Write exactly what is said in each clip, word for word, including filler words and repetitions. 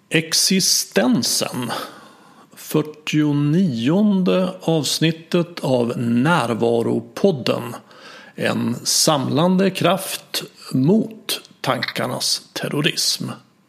Existensen. fyrtionionde avsnittet av Närvaropodden. En samlande kraft mot tankarnas terrorism.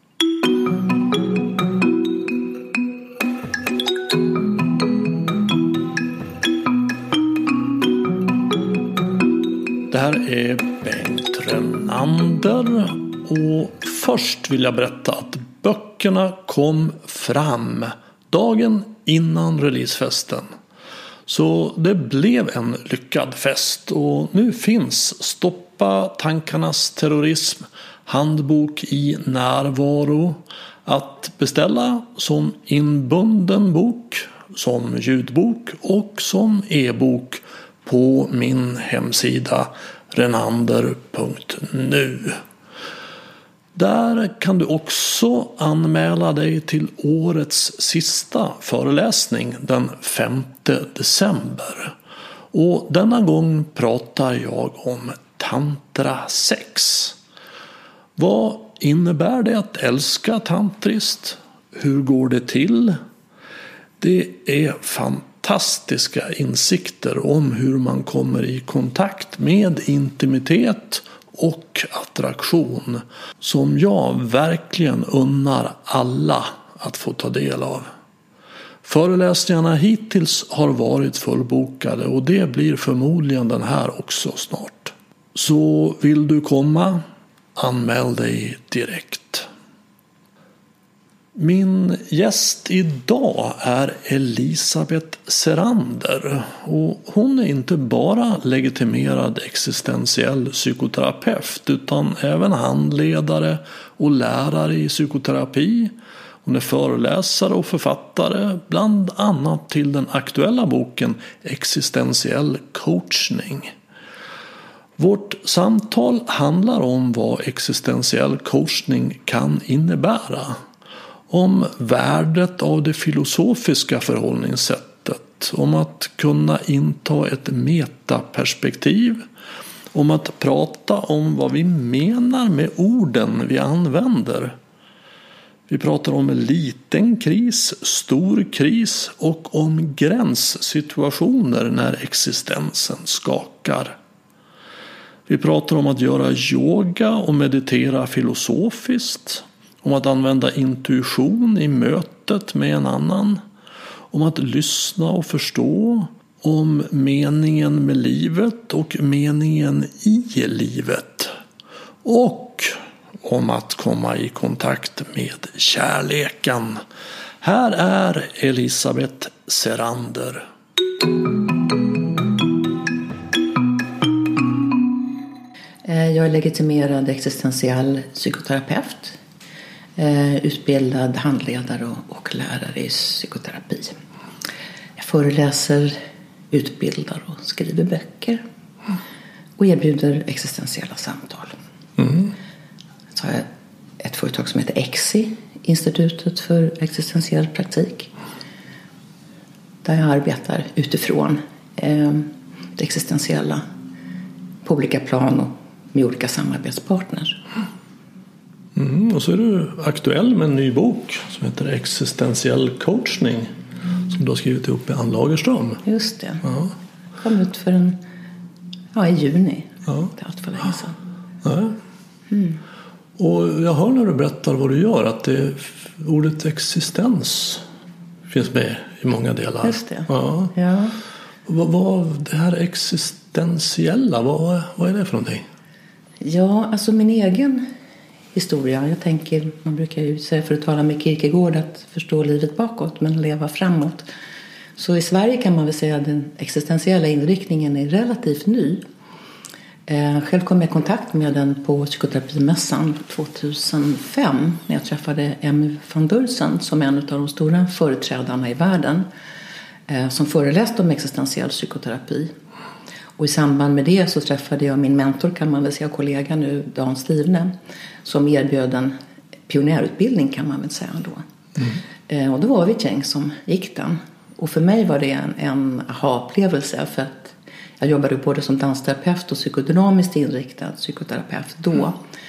Det här är Bengt Renander och först vill jag berätta att böckerna kom fram dagen innan releasefesten. Så det blev en lyckad fest och nu finns Stoppa tankarnas terrorism, handbok i närvaro att beställa som inbunden bok, som ljudbok och som e-bok på min hemsida renander punkt nu. Där kan du också anmäla dig till årets sista föreläsning den femte december. Och denna gång pratar jag om tantra sex. Vad innebär det att älska tantriskt? Hur går det till? Det är fantastiska insikter om hur man kommer i kontakt med intimitet och attraktion som jag verkligen unnar alla att få ta del av. Föreläsningarna hittills har varit fullbokade och det blir förmodligen den här också snart. Så vill du komma, anmäl dig direkt. Min gäst idag är Elisabeth Serander och hon är inte bara legitimerad existentiell psykoterapeut utan även handledare och lärare i psykoterapi. Hon är föreläsare och författare bland annat till den aktuella boken Existentiell coachning. Vårt samtal handlar om vad existentiell coachning kan innebära. Om värdet av det filosofiska förhållningssättet, om att kunna inta ett metaperspektiv, om att prata om vad vi menar med orden vi använder. Vi pratar om en liten kris, stor kris och om gränssituationer när existensen skakar. Vi pratar om att göra yoga och meditera filosofiskt. Om att använda intuition i mötet med en annan. Om att lyssna och förstå. Om meningen med livet och meningen i livet. Och om att komma i kontakt med kärleken. Här är Elisabeth Serander. Jag är legitimerad existentiell psykoterapeut. Utbildad handledare och lärare i psykoterapi. Jag föreläser, utbildar och skriver böcker. Och erbjuder existentiella samtal. Mm. Så har jag ett företag som heter Exi, Institutet för existentiell praktik. Där jag arbetar utifrån det existentiella på olika plan och med olika samarbetspartners. Mm, och så är du aktuell med en ny bok som heter Existentiell coachning som du har skrivit ihop med Ann Lagerström. Just det. Ja. Kom ut för en ja, i juni. Ja. Det är allt för länge sedan. Ja. Mm. Och jag hör när du berättar vad du gör att det, ordet existens finns med i många delar. Just det. Ja. Ja. Vad, vad det här existentiella, vad, vad är det för någonting? Ja, alltså min egen historia. Jag tänker, man brukar ju säga för att tala med Kierkegaard att förstå livet bakåt men leva framåt. Så i Sverige kan man väl säga att den existentiella inriktningen är relativt ny. Själv kom jag i kontakt med den på psykoterapimässan tjugohundrafem när jag träffade Emmy van Dursen som är en av de stora företrädarna i världen som föreläste om existentiell psykoterapi. Och i samband med det så träffade jag min mentor, kan man väl säga, kollega nu, Dan Stivne, som erbjöd en pionjärutbildning, kan man väl säga då. Mm. Och då var vi ett gäng som gick den. Och för mig var det en, en aha-upplevelse för att jag jobbade både som dansterapeut och psykodynamiskt inriktad psykoterapeut då.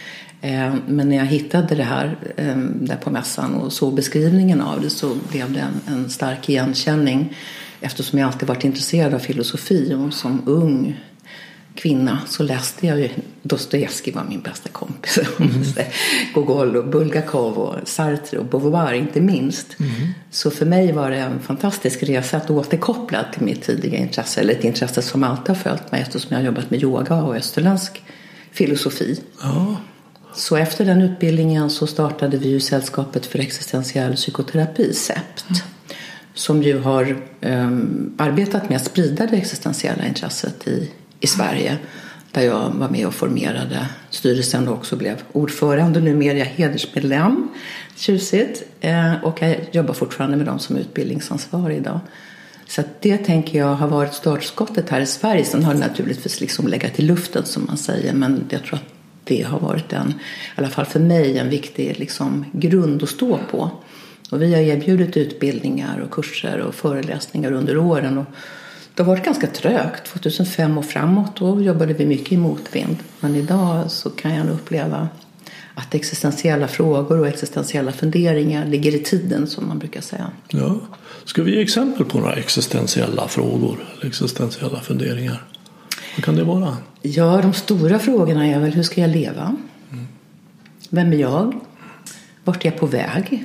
Men när jag hittade det här där på mässan och såg beskrivningen av det, så blev det en, en stark igenkänning, eftersom jag alltid varit intresserad av filosofi. Och som ung kvinna så läste jag ju Dostojevskij, var min bästa kompis. Mm. Gogol och Bulgakov och Sartre och Beauvoir inte minst. Mm. Så för mig var det en fantastisk resa att återkoppla till mitt tidiga intresse, eller ett intresse som alltid har följt mig, eftersom jag har jobbat med yoga och österländsk filosofi. Ja. Så efter den utbildningen så startade vi ju Sällskapet för existentiell psykoterapi, S E P T, mm. som ju har um, arbetat med att sprida det existentiella intresset i, i Sverige, där jag var med och formerade styrelsen och också blev ordförande, numera jag hedersmedlem, tjusigt, eh, och jag jobbar fortfarande med dem som utbildningsansvarig idag. Så att det tänker jag har varit startskottet här i Sverige. Sen har det naturligtvis liksom legat i luften som man säger, men jag tror att det har varit en, i alla fall för mig, en viktig liksom grund att stå på. Och vi har erbjudit utbildningar och kurser och föreläsningar under åren, och det har varit ganska trögt. tjugohundrafem och framåt då jobbade vi mycket i motvind. Men idag så kan jag uppleva att existentiella frågor och existentiella funderingar ligger i tiden, som man brukar säga. Ja. Ska vi ge exempel på några existentiella frågor, existentiella funderingar? Vad kan det vara? Ja, de stora frågorna är väl: hur ska jag leva? Mm. Vem är jag? Vart är jag på väg?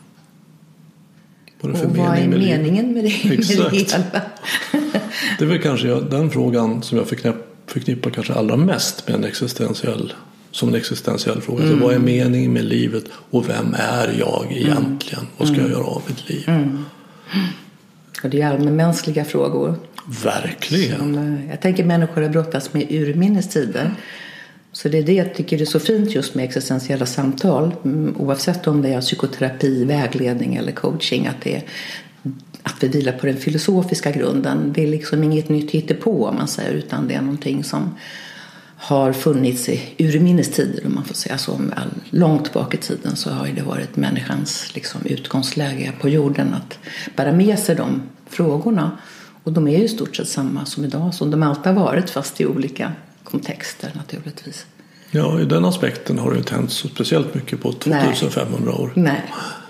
Vad är, för och mening vad är med meningen med det, med det hela? Det är väl kanske den frågan som jag förknippar kanske allra mest med en existentiell, som en existentiell fråga. Mm. Så vad är meningen med livet och vem är jag egentligen? Mm. Vad ska jag göra av mitt liv? Mm. Och det är allmänmänskliga frågor. Verkligen. Som, jag tänker människor har brottats med urminnes tider. Mm. Så det är det jag tycker är så fint just med existentiella samtal. Oavsett om det är psykoterapi, vägledning eller coaching. Att, det är, att vi vilar på den filosofiska grunden. Det är liksom inget nytt hittepå, om man säger. Utan det är någonting som har funnits i urminnes tider, om man får säga så. Långt bak i tiden så har det varit människans liksom utgångsläge på jorden att bära med sig de frågorna. Och de är ju i stort sett samma som idag, som de alltid har varit, fast i olika kontexter naturligtvis. Ja, i den aspekten har det inte hänt så speciellt mycket på tjugofemhundra år. Nej.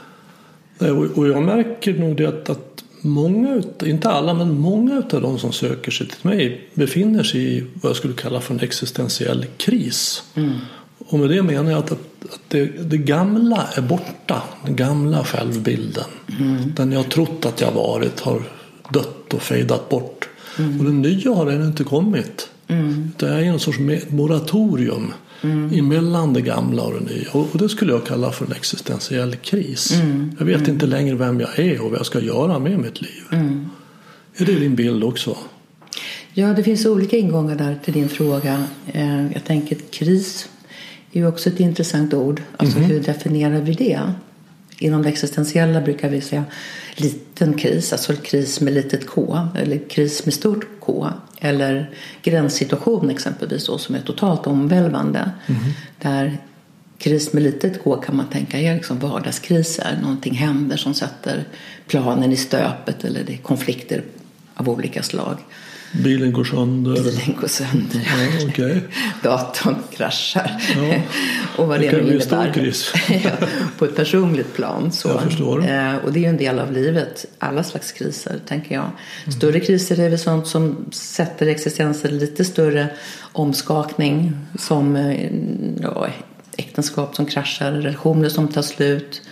Nej. Och jag märker nog det att, att många, inte alla, men många av de som söker sig till mig befinner sig i vad jag skulle kalla för en existentiell kris. Mm. Och med det menar jag att, att, att det, det gamla är borta. Den gamla självbilden. Mm. Den jag trott att jag varit har dött och fejdat bort. Mm. Och den nya har än inte kommit. Mm. Det är en sorts moratorium mm. emellan det gamla och det nya. Och det skulle jag kalla för en existentiell kris. Mm. Jag vet mm. inte längre vem jag är och vad jag ska göra med mitt liv. Mm. Är det din bild också? Ja, det finns olika ingångar där till din fråga. Jag tänker att kris är ju också ett intressant ord. Alltså mm. hur definierar vi det? Inom det existentiella brukar vi säga liten kris, alltså kris med litet K, eller kris med stort K, eller gränssituation exempelvis, så, som är totalt omvälvande. Mm. Där kris med litet K kan man tänka är liksom vardagskriser, någonting händer som sätter planen i stöpet, eller det är konflikter av olika slag. Bilen går sönder. Bilen går sönder. Ja, okay. Datorn kraschar. Ja. Och vad det, det kan nu bli stor kris. Ja, på ett personligt plan. Så. Jag förstår. Eh, och det är ju en del av livet. Alla slags kriser, tänker jag. Större kriser är väl sånt som sätter existensen lite större omskakning. Som eh, ja, äktenskap som kraschar, relationer som tar slut.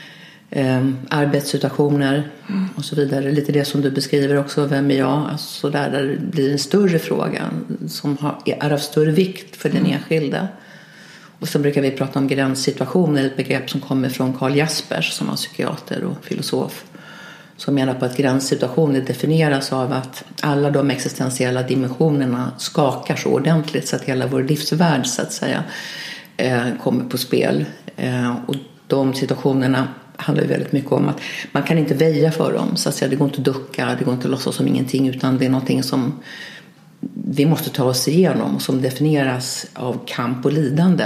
Eh, arbetssituationer mm. och så vidare. Lite det som du beskriver också, vem är jag? Alltså där, där det blir en större fråga som har, är av större vikt för den enskilda. Och så brukar vi prata om gränssituationer, ett begrepp som kommer från Karl Jaspers som var psykiater och filosof, som menar på att gränssituationer definieras av att alla de existentiella dimensionerna skakar så ordentligt så att hela vår livsvärld så att säga eh, kommer på spel. Eh, och de situationerna handlar ju väldigt mycket om att man kan inte väja för dem. Så att säga, det går inte att ducka, det går inte att låtsas som ingenting, utan det är någonting som vi måste ta oss igenom och som definieras av kamp och lidande.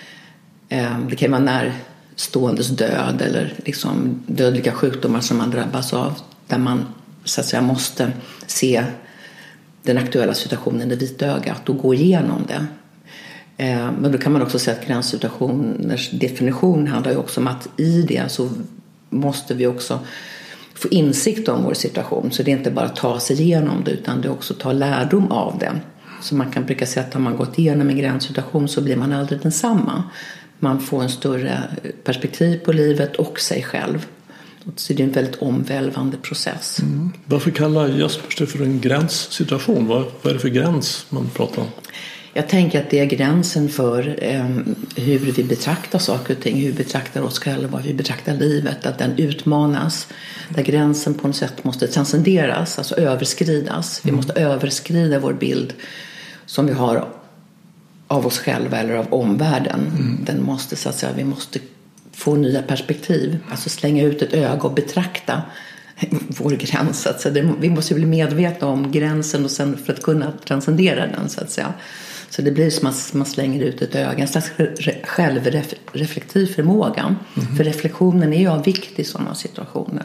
Det kan vara närståendes död eller liksom dödliga sjukdomar som man drabbas av, där man så att säga måste se den aktuella situationen i vitögat och gå igenom det. Men då kan man också säga att gränssituationers definition handlar ju också om att i det så måste vi också få insikt om vår situation. Så det är inte bara att ta sig igenom det, utan det är också att ta lärdom av det. Så man kan brukar säga att har man gått igenom en gränssituation så blir man aldrig densamma. Man får en större perspektiv på livet och sig själv. Så det är en väldigt omvälvande process. Mm. Varför kallar Jaspers det för en gränssituation? Vad, vad är det för gräns man pratar om? Jag tänker att det är gränsen för eh, hur vi betraktar saker och ting, hur vi betraktar oss själva, hur vi betraktar livet, att den utmanas. Där gränsen på något sätt måste transcenderas, alltså överskridas. Vi måste mm. överskrida vår bild som vi har av oss själva eller av omvärlden. Mm. Den måste, så att säga, vi måste få nya perspektiv, alltså slänga ut ett öga och betrakta vår gräns. Så att säga. Det, vi måste bli medvetna om gränsen och sen för att kunna transcendera den, så att säga. Så det blir som att man slänger ut ett öga, en slags självreflektiv förmåga. Mm. För reflektionen är ju av vikt i sådana situationer.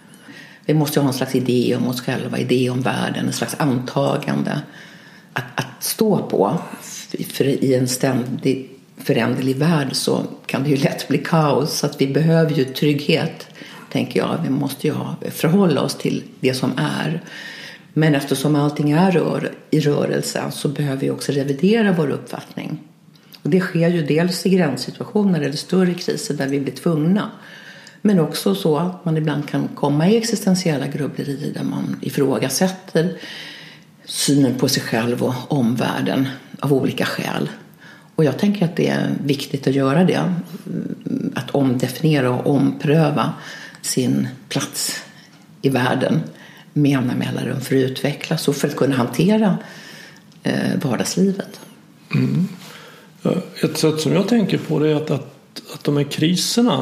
Vi måste ju ha en slags idé om oss själva, idé om världen, en slags antagande att, att stå på. För i en ständig föränderlig värld så kan det ju lätt bli kaos. Så att vi behöver ju trygghet, tänker jag. Vi måste ju ha, förhålla oss till det som är. Men eftersom allting är rör, i rörelse så behöver vi också revidera vår uppfattning. Och det sker ju dels i gränssituationer eller större kriser där vi blir tvungna. Men också så att man ibland kan komma i existentiella grubblerier där man ifrågasätter synen på sig själv och omvärlden av olika skäl. Och jag tänker att det är viktigt att göra det. Att omdefiniera och ompröva sin plats i världen med jämna mellanrum för att utvecklas och för att kunna hantera eh, vardagslivet. Mm. Ett sätt som jag tänker på det är att, att, att de här kriserna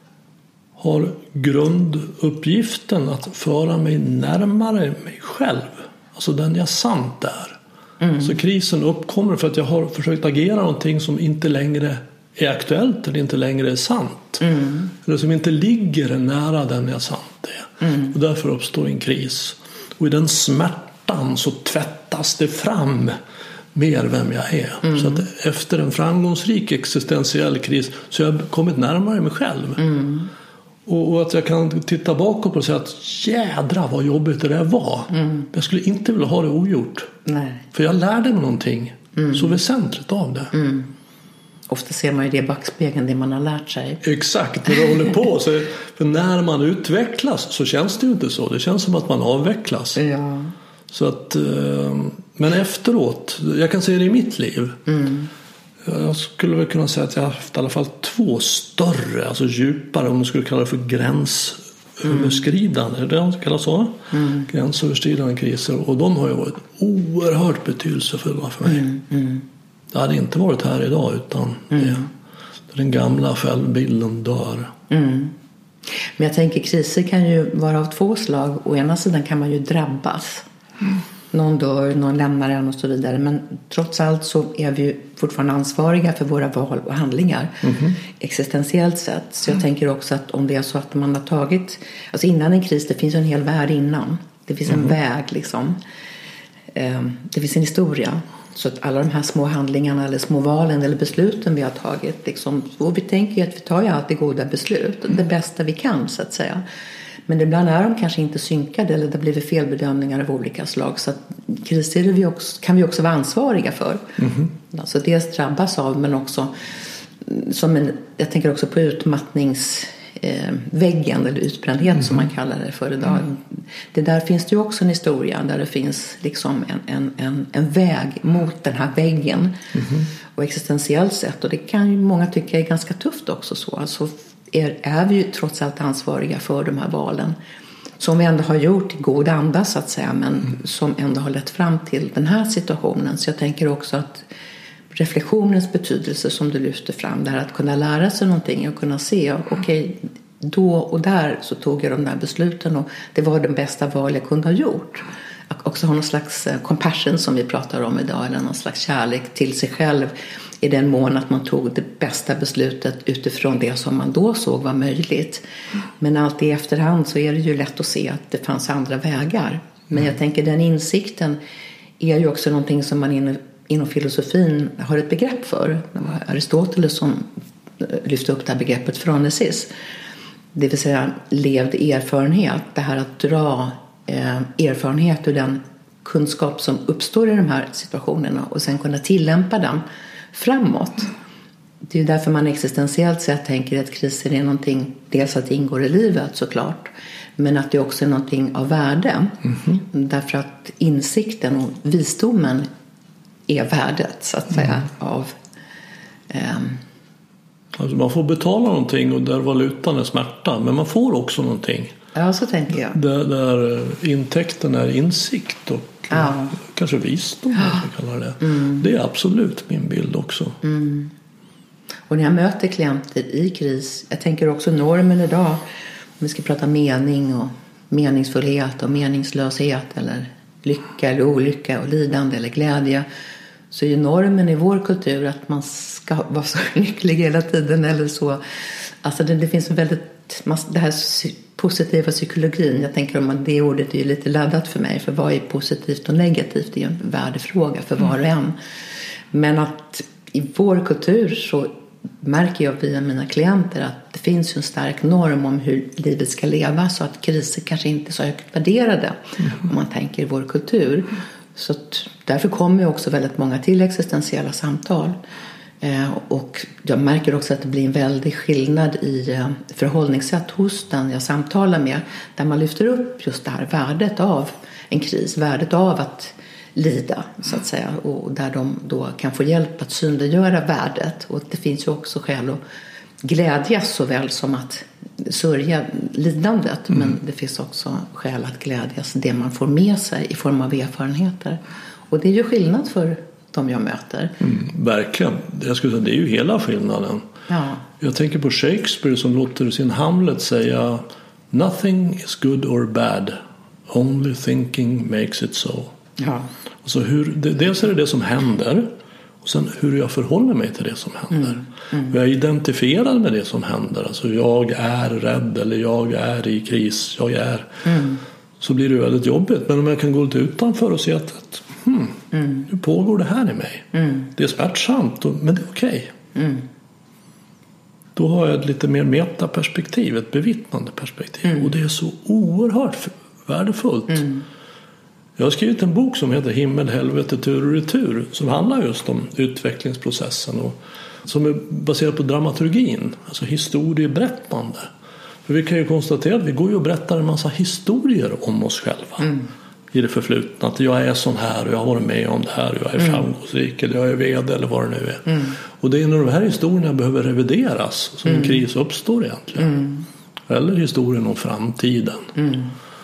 har grunduppgiften att föra mig närmare mig själv. Alltså den jag sant är. Mm. Så krisen uppkommer för att jag har försökt agera någonting som inte längre är aktuellt eller inte längre är sant. Mm. Eller som inte ligger nära den jag sant är. Mm. Och därför uppstår en kris. Och i den smärtan så tvättas det fram mer vem jag är. Mm. Så att efter en framgångsrik existentiell kris så har jag kommit närmare mig själv. Mm. Och att jag kan titta bakåt och säga att jädra vad jobbigt det där var. Mm. Jag skulle inte vilja ha det ogjort. Nej. För jag lärde mig någonting mm. så väsentligt av det. Mm. Ofta ser man ju det i backspegeln, det man har lärt sig. Exakt, när det håller på. Så, för när man utvecklas så känns det ju inte så. Det känns som att man avvecklas. Ja. Så att, men efteråt, jag kan säga det i mitt liv. Mm. Jag skulle väl kunna säga att jag har haft i alla fall två större, alltså djupare, om man skulle kalla det för gränsöverskridande. Mm. Det är det kallas så? Mm. Gränsöverskridande kriser. Och de har ju varit oerhört betydelsefulla för mig. Mm. Mm. Det hade inte varit här idag utan mm. det, den gamla självbilden dör. Mm. Men jag tänker kriser kan ju vara av två slag. Å ena sidan kan man ju drabbas. Mm. Någon dör, någon lämnar en och så vidare. Men trots allt så är vi ju fortfarande ansvariga för våra val och handlingar. Mm. Existentiellt sett. Så jag mm. tänker också att om det är så att man har tagit... Alltså innan en kris, det finns en hel värld innan. Det finns en mm. väg liksom. Det finns en historia. Så att alla de här små handlingarna eller små valen eller besluten vi har tagit. Liksom, och vi tänker ju att vi tar ju alltid goda beslut. Det bästa vi kan så att säga. Men ibland är de kanske inte synkade eller det blir felbedömningar av olika slag. Så att kriser vi också, kan vi också vara ansvariga för. Mm-hmm. Alltså dels drabbas av men också som en, jag tänker också på utmattningsväggen eller utbrändhet mm-hmm. som man kallar det för idag. Mm. Det där finns det ju också en historia där det finns liksom en, en, en, en väg mot den här väggen. Mm-hmm. Och existentiellt sett. Och det kan ju många tycka är ganska tufft också så. Alltså är, är vi ju trots allt ansvariga för de här valen som vi ändå har gjort i god anda så att säga, men mm. som ändå har lett fram till den här situationen. Så jag tänker också att reflektionens betydelse som du lyfter fram, det här att kunna lära sig någonting och kunna se, okej, okay, då och där så tog jag de där besluten och det var den bästa val jag kunde ha gjort. Att också ha någon slags compassion som vi pratar om idag, eller någon slags kärlek till sig själv i den mån att man tog det bästa beslutet utifrån det som man då såg var möjligt. Men alltid i efterhand så är det ju lätt att se att det fanns andra vägar. Men jag tänker den insikten är ju också någonting som man inom filosofin har ett begrepp för. Det var Aristoteles som lyfte upp det här begreppet phronesis. Det vill säga levd erfarenhet. Det här att dra eh, erfarenhet ur den kunskap som uppstår i de här situationerna och sen kunna tillämpa den framåt. Det är ju därför man existentiellt sett tänker att kriser är någonting, dels att det ingår i livet såklart, men att det också är någonting av värde. Mm-hmm. Därför att insikten och visdomen är värdet så att säga mm. av eh, alltså man får betala någonting och där valutan är smärta, men man får också någonting. Ja, så tänker jag. Där, där intäkten är insikt och ja. kanske visdom, ja. man kallar det. Mm. Det är absolut min bild också. Mm. Och när jag möter klienter i kris, jag tänker också normen idag, om vi ska prata mening och meningsfullhet och meningslöshet eller lycka eller olycka och lidande eller glädje, så är ju normen i vår kultur att man ska vara så lycklig hela tiden eller så. Alltså det, det finns väldigt, det här positiva psykologin, jag tänker om att det ordet är ju lite laddat för mig, för vad är positivt och negativt, det är ju en värdefråga för var och en. Men att i vår kultur så märker jag via mina klienter att det finns en stark norm om hur livet ska leva, så att kriser kanske inte är så högt värderade mm. om man tänker i vår kultur. Så att därför kommer ju också väldigt många till existentiella samtal. Eh, och jag märker också att det blir en väldig skillnad i eh, förhållningssätt hos den jag samtalar med, där man lyfter upp just det här värdet av en kris, värdet av att lida så att säga, och där de då kan få hjälp att synliggöra värdet. Och det finns ju också skäl att glädjas såväl som att sörja lidandet, mm. men det finns också skäl att glädjas det man får med sig i form av erfarenheter. Och det är ju skillnad för de jag möter. Mm, verkligen. Jag skulle säga, det är ju hela skillnaden. Ja. Jag tänker på Shakespeare som låter sin Hamlet säga nothing is good or bad, only thinking makes it so. Ja. Alltså hur, dels är det det som händer och sen hur jag förhåller mig till det som händer. Mm. Mm. Jag är identifierad med det som händer. Alltså jag är rädd eller jag är i kris, jag är. Mm. Så blir det väldigt jobbigt. Men om jag kan gå lite utanför och se att hmm, mm. hur pågår det här i mig? Mm. Det är smärtsamt, men det är okej. Okay. Mm. Då har jag ett lite mer metaperspektiv, ett bevittnande perspektiv. Mm. Och det är så oerhört värdefullt. Mm. Jag har skrivit en bok som heter Himmel, helvete, tur och retur, som handlar just om utvecklingsprocessen och som är baserad på dramaturgin, alltså historieberättande. För vi kan ju konstatera att vi går ju och berättar en massa historier om oss själva mm. i det förflutna. Att jag är sån här och jag har varit med om det här och jag är mm. framgångsrik eller jag är vd eller vad det nu är. Mm. Och det är när de här historierna behöver revideras som mm. en kris uppstår egentligen. Mm. Eller historien om framtiden. Mm.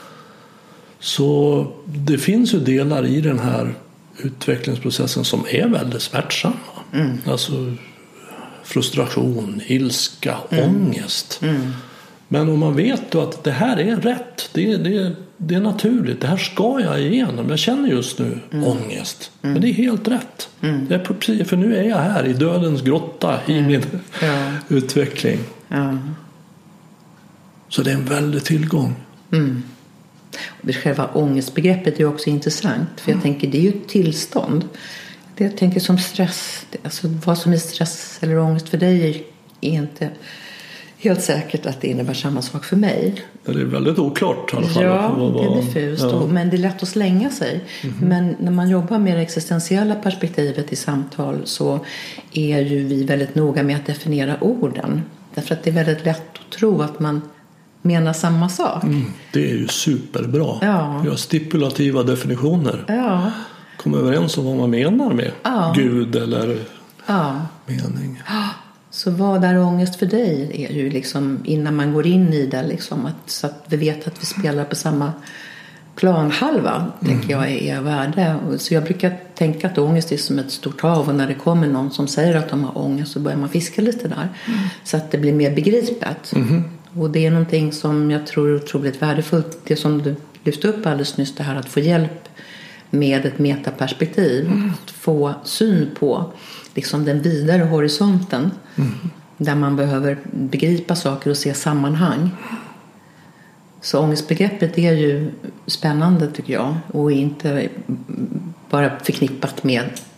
Så det finns ju delar i den här utvecklingsprocessen som är väldigt smärtsamma. Mm. Alltså frustration, ilska, mm. ångest. Mm. Men om man vet då att det här är rätt, det, det, det är naturligt, det här ska jag igenom. Jag känner just nu mm. ångest. Mm. Men det är helt rätt. Mm. Det är precis, för nu är jag här i dödens grotta i mm. min ja. utveckling. Ja. Så det är en väldig tillgång. Mm. Själva ångestbegreppet är också intressant, för jag mm. tänker det är ju ett tillstånd. Det jag tänker som stress, alltså vad som är stress eller ångest för dig är inte helt säkert att det innebär samma sak för mig. Ja, det är väldigt oklart i alla fall. Ja, det är diffust, ja. Men det är lätt att slänga sig. Mm-hmm. Men när man jobbar med det existentiella perspektivet i samtal så är ju vi väldigt noga med att definiera orden. Därför att det är väldigt lätt att tro att man menar samma sak. Mm, det är ju superbra. Ja. Vi har stipulativa definitioner. Ja. Kom överens om vad man menar med ja. Gud eller ja. mening. Så vad är ångest för dig är ju liksom innan man går in i det liksom, att, så att vi vet att vi spelar på samma planhalva, mm. tänker jag är värde. Så jag brukar tänka att ångest är som ett stort hav, och när det kommer någon som säger att de har ångest så börjar man fiska lite där mm. så att det blir mer begripet. Mm. Och det är någonting som jag tror är otroligt värdefullt, det som du lyfte upp alldeles nyss, det här att få hjälp med ett metaperspektiv, mm. att få syn på liksom den vidare horisonten mm. där man behöver begripa saker och se sammanhang. Så ångestbegreppet är ju spännande tycker jag, och inte bara förknippat med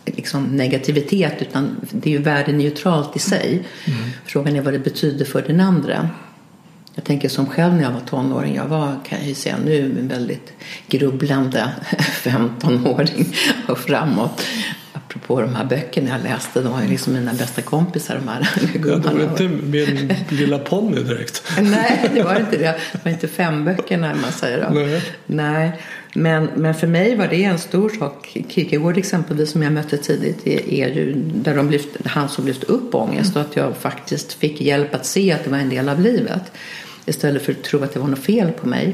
liksom negativitet, utan det är ju värdeneutralt i sig. Mm. Frågan är vad det betyder för den andra. Jag tänker som själv när jag var tonåring, jag var, kan jag ju säga nu, en väldigt grubblande femtonåring och framåt. Apropå de här böckerna jag läste, de var ju liksom mina bästa kompisar, de här gubbarna. Ja, det var inte min lilla ponny direkt. Nej, det var inte det. Det var inte fem böcker när man säger då. Nej. Nej. Men, men för mig var det en stor sak. Kierkegaard exempelvis, som jag mötte tidigt, är ju där de lyft, han som lyfte upp ångest, och att jag faktiskt fick hjälp att se att det var en del av livet istället för att tro att det var något fel på mig.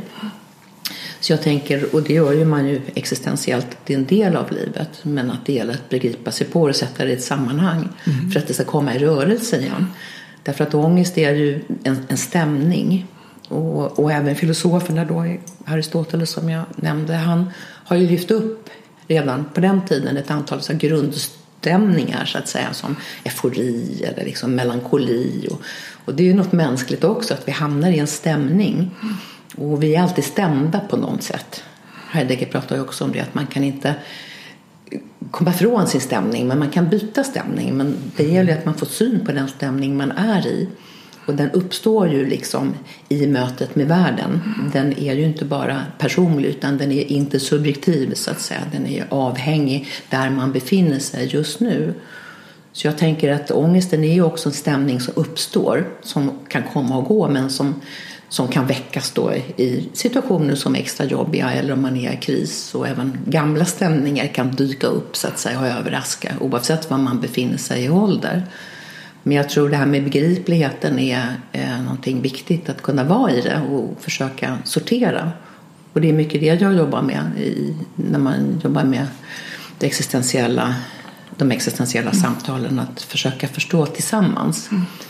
Så jag tänker, och det gör ju man ju existentiellt, det är en del av livet, men att det gäller att begripa sig på och sätta det i ett sammanhang mm. för att det ska komma i rörelse igen. Därför att ångest är ju en, en stämning. Och, och även filosoferna då, Aristoteles som jag nämnde, han har ju lyft upp redan på den tiden ett antal så grundstämningar så att säga, som eufori eller liksom melankoli. Och, och det är ju något mänskligt också, att vi hamnar i en stämning. Och vi är alltid stämda på något sätt. Heidegger pratar ju också om det, att man kan inte komma från sin stämning, men man kan byta stämning. Men det gäller att man får syn på den stämning man är i. Och den uppstår ju liksom i mötet med världen. Den är ju inte bara personlig, utan den är inte subjektiv så att säga. Den är avhängig där man befinner sig just nu. Så jag tänker att ångesten är ju också en stämning som uppstår, som kan komma och gå, men som, som kan väckas då i situationer som är extra jobbiga eller om man är i kris. Och även gamla stämningar kan dyka upp så att säga och överraska, oavsett var man befinner sig i ålder. Men jag tror det här med begripligheten är eh, någonting viktigt, att kunna vara i det och försöka sortera. Och det är mycket det jag jobbar med i, när man jobbar med det existentiella, de existentiella mm. samtalen, att försöka förstå tillsammans.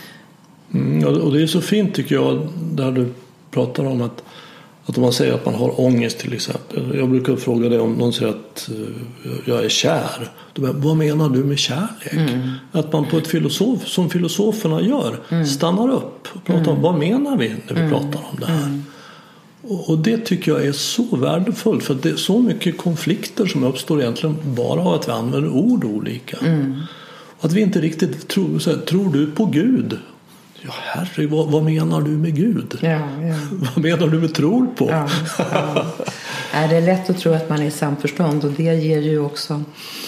Mm, och det är så fint tycker jag, där du pratar om att, att om man säger att man har ångest till exempel. Jag brukar fråga dig om någon säger att jag är kär. Då, vad menar du med kärlek? Mm. Att man på ett filosof, som filosoferna gör, mm. stannar upp och pratar mm. om vad menar vi när vi mm. pratar om det här. Mm. Och, och det tycker jag är så värdefullt, för att det är så mycket konflikter som uppstår egentligen bara av att vi använder ord olika. Mm. Att vi inte riktigt tror, så här, tror du på Gud? Ja, herre, vad, vad menar du med Gud? Ja, ja. Vad menar du med tror på? Ja, ja. Är det är lätt att tro att man är i samförstånd, och det ger ju också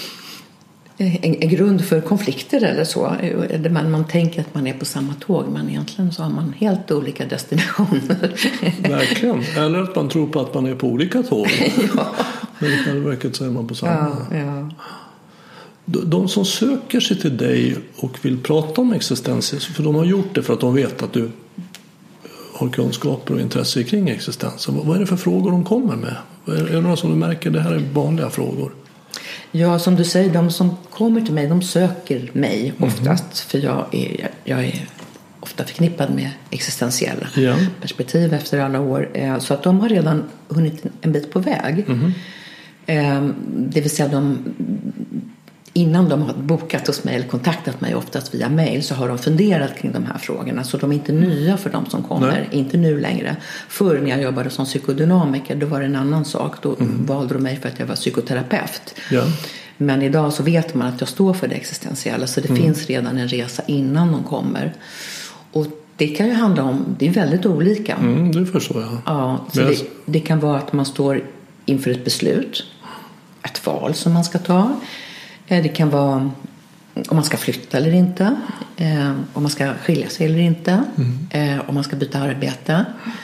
en, en grund för konflikter eller så. Man, man tänker att man är på samma tåg, men egentligen så har man helt olika destinationer. Verkligen. Eller att man tror på att man är på olika tåg. Ja. Men i själva verket så är man på samma. Ja, ja. De som söker sig till dig och vill prata om existens, för de har gjort det för att de vet att du har kunskaper och intresse kring existensen. Vad är det för frågor de kommer med? Är det några som du märker, det här är vanliga frågor? Ja, som du säger, de som kommer till mig, de söker mig oftast. Mm. För jag är, jag är ofta förknippad med existentiella ja. perspektiv efter alla år. Så att de har redan hunnit en bit på väg. Mm. Det vill säga de... Innan de har bokat hos mig eller kontaktat mig, oftast via mail, så har de funderat kring de här frågorna. Så de är inte nya för de som kommer. Nej. Inte nu längre. Förr när jag jobbade som psykodynamiker, då var det en annan sak. Då mm. valde de mig för att jag var psykoterapeut. Ja. Men idag så vet man att jag står för det existentiella. Så det mm. finns redan en resa innan de kommer. Och det kan ju handla om, det är väldigt olika. Mm, det förstår jag. Ja, så det, det kan vara att man står inför ett beslut. Ett val som man ska ta. Det kan vara om man ska flytta eller inte, eh, om man ska skilja sig eller inte, mm. eh, om man ska byta arbete.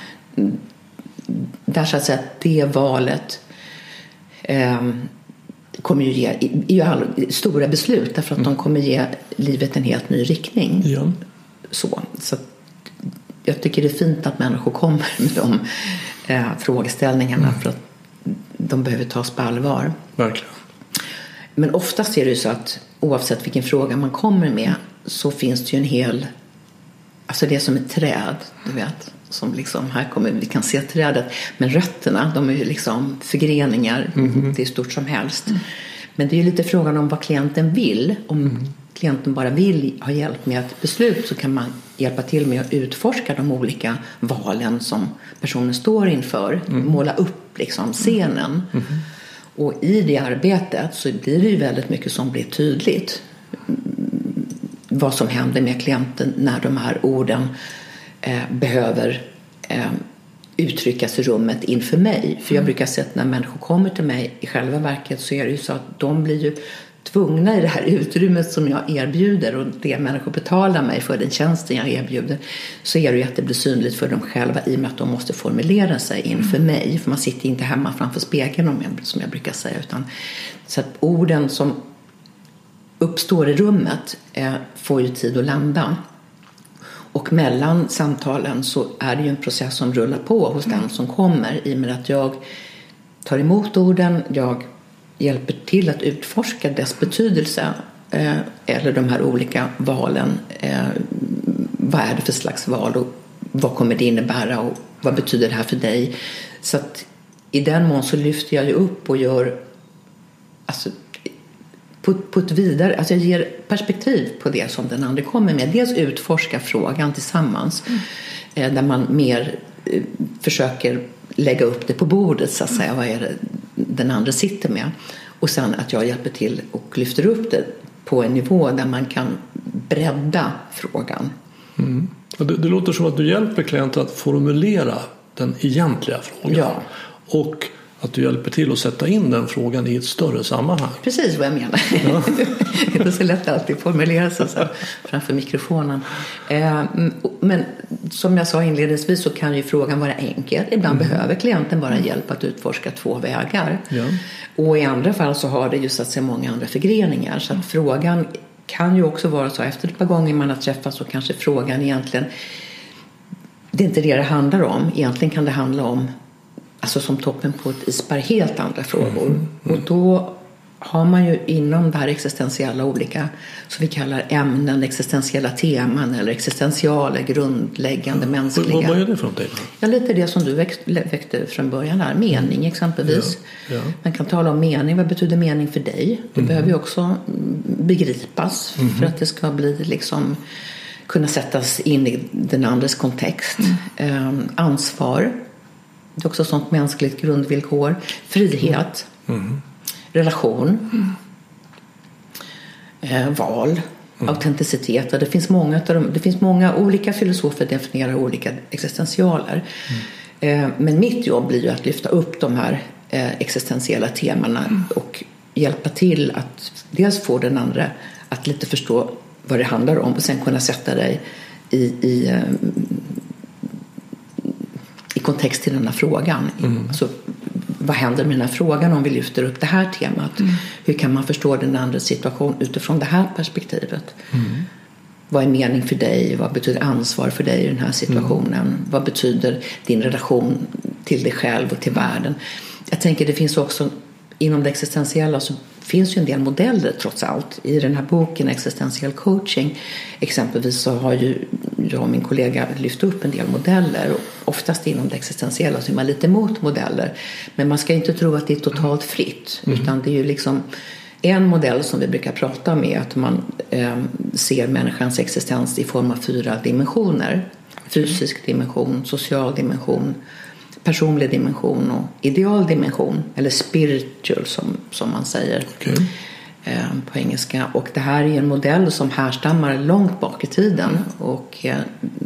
Där så att säga det valet eh, kommer ju ge i, i all, stora beslut, därför att mm. de kommer ge livet en helt ny riktning. Ja. Så, så jag tycker det är fint att människor kommer med de eh, frågeställningarna mm. för att de behöver tas på allvar. Verkligen. Men oftast är det ju så att oavsett vilken fråga man kommer med, så finns det ju en hel, alltså det är som ett träd, du vet, som liksom, här kommer vi kan se trädet, men rötterna, de är ju liksom förgreningar, mm-hmm. det är stort som helst. Mm. Men det är ju lite frågan om vad klienten vill. Om mm. klienten bara vill ha hjälp med ett beslut, så kan man hjälpa till med att utforska de olika valen som personen står inför, mm. måla upp liksom scenen. Mm. Och i det arbetet så blir det ju väldigt mycket som blir tydligt. Vad som händer med klienten när de här orden eh, behöver eh, uttryckas i rummet inför mig. För jag brukar säga att när människor kommer till mig i själva verket så är det ju så att de blir ju tvungna i det här utrymmet som jag erbjuder och det människor betalar mig för den tjänsten jag erbjuder, så är det ju att det blir synligt för dem själva i och med att de måste formulera sig inför mm. mig. För man sitter inte hemma framför spegeln om jag, som jag brukar säga, utan så att orden som uppstår i rummet eh, får ju tid att landa. Och mellan samtalen så är det ju en process som rullar på hos den som kommer, i och med att jag tar emot orden, jag hjälper till att utforska dess betydelse eh, eller de här olika valen. Eh, vad är det för slags val och vad kommer det innebära och vad betyder det här för dig? Så att i den mån så lyfter jag ju upp och gör alltså, på, på ett vidare, alltså jag ger perspektiv på det som den andra kommer med. Dels utforska frågan tillsammans mm. eh, där man mer eh, försöker lägga upp det på bordet så att säga, mm. vad är det den andra sitter med, och sen att jag hjälper till och lyfter upp det på en nivå där man kan bredda frågan. Mm. Det, det låter som att du hjälper klienten att formulera den egentliga frågan. Ja. Och att du hjälper till att sätta in den frågan i ett större sammanhang. Precis vad jag menar. Ja. Det är så lätt att alltid formulera sig så framför mikrofonen. Men som jag sa inledningsvis så kan ju frågan vara enkel. Ibland mm. behöver klienten bara hjälp att utforska två vägar. Ja. Och i andra fall så har det ju så att säga många andra förgreningar. Så att frågan kan ju också vara så, efter ett par gånger man har träffats så kanske frågan egentligen, det är inte det det handlar om. Egentligen kan det handla om, alltså som toppen på ett isberg, helt andra frågor. Mm, mm. Och då har man ju inom det här existentiella olika, som vi kallar ämnen, existentiella teman eller existentiala, grundläggande, mm. mänskliga. Vad, vad är det för någonting? Ja, lite det som du väckte från början här. Mening exempelvis. Ja, ja. Man kan tala om mening. Vad betyder mening för dig? Det mm. behöver ju också begripas mm. för att det ska bli liksom, kunna sättas in i den andres kontext. Mm. Um, ansvar. Det är också sånt mänskligt grundvillkor. Frihet. Mm. Relation. Mm. Eh, val. Mm. Autenticitet. Och det finns många av dem, det finns många olika filosofer definierar olika existentialer. Mm. Eh, men mitt jobb blir ju att lyfta upp de här eh, existentiella temana mm. och hjälpa till att dels få den andra att lite förstå vad det handlar om och sen kunna sätta dig i, i eh, i kontext till den här frågan. Mm. Alltså, vad händer med den här frågan om vi lyfter upp det här temat? Mm. Hur kan man förstå den andra situation utifrån det här perspektivet? Mm. Vad är mening för dig? Vad betyder ansvar för dig i den här situationen? Mm. Vad betyder din relation till dig själv och till världen? Jag tänker det finns också inom det existentiella så finns ju en del modeller trots allt. I den här boken Existentiell coaching exempelvis så har ju jag och min kollega lyft upp en del modeller. Och oftast inom det existentiella så är man lite emot modeller. Men man ska inte tro att det är totalt fritt. Mm. Utan det är ju liksom en modell som vi brukar prata om är att man eh, ser människans existens i form av fyra dimensioner. Fysisk dimension, social dimension, personlig dimension och ideal dimension, eller spiritual som, som man säger okay. eh, på engelska. Och det här är en modell som härstammar långt bak i tiden och eh,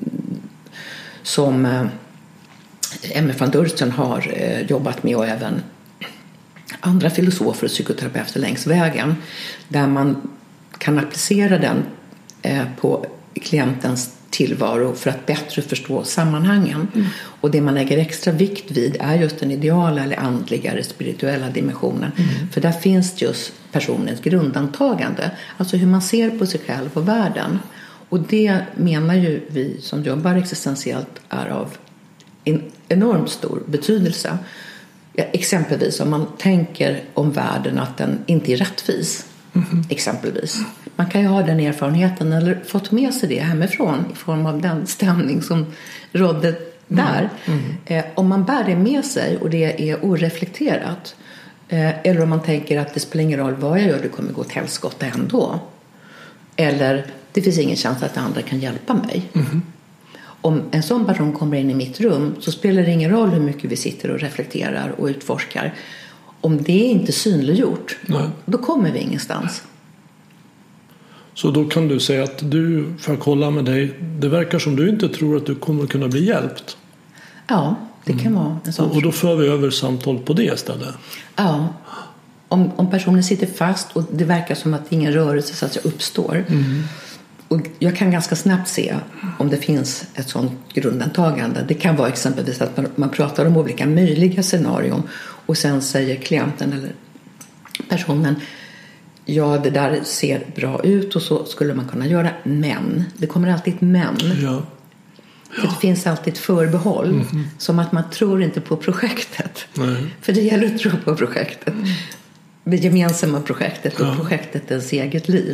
som eh, Emmy van Dursten har eh, jobbat med, och även andra filosofer och psykoterapeuter längs vägen, där man kan applicera den eh, på klientens tillvaro för att bättre förstå sammanhangen. Mm. Och det man lägger extra vikt vid är just den ideala eller andliga eller spirituella dimensionen. Mm. För där finns just personens grundantagande. Alltså hur man ser på sig själv och världen. Och det menar ju vi som jobbar existentiellt är av en enormt stor betydelse. Ja, exempelvis om man tänker om världen att den inte är rättvis. Mm. Exempelvis. Man kan ju ha den erfarenheten eller fått med sig det hemifrån i form av den stämning som rådde där. Mm. Mm. Eh, om man bär det med sig och det är oreflekterat, eh, eller om man tänker att det spelar ingen roll vad jag gör, det kommer gå till helskotta ändå. Eller det finns ingen chans att andra kan hjälpa mig. Mm. Om en sån person kommer in i mitt rum så spelar det ingen roll hur mycket vi sitter och reflekterar och utforskar. om det är inte synliggjort, Nej. då kommer vi ingenstans. Så då kan du säga att du, för att kolla med dig, det verkar som du inte tror att du kommer att kunna bli hjälpt. Ja, det kan mm. vara en sån. Och då för vi över samtal på det istället. Ja, om, om personen sitter fast och det verkar som att ingen rörelse så att säga uppstår. Mm. Och jag kan ganska snabbt se om det finns ett sådant grundantagande. Det kan vara exempelvis att man, man pratar om olika möjliga scenarion och sen säger klienten eller personen, ja, det där ser bra ut och så skulle man kunna göra, men det kommer alltid ett men. Ja. För det finns alltid ett förbehåll, mm-hmm. som att man tror inte på projektet. Nej. För det gäller att tro på projektet. Det gemensamma projektet och ja. projektets eget liv.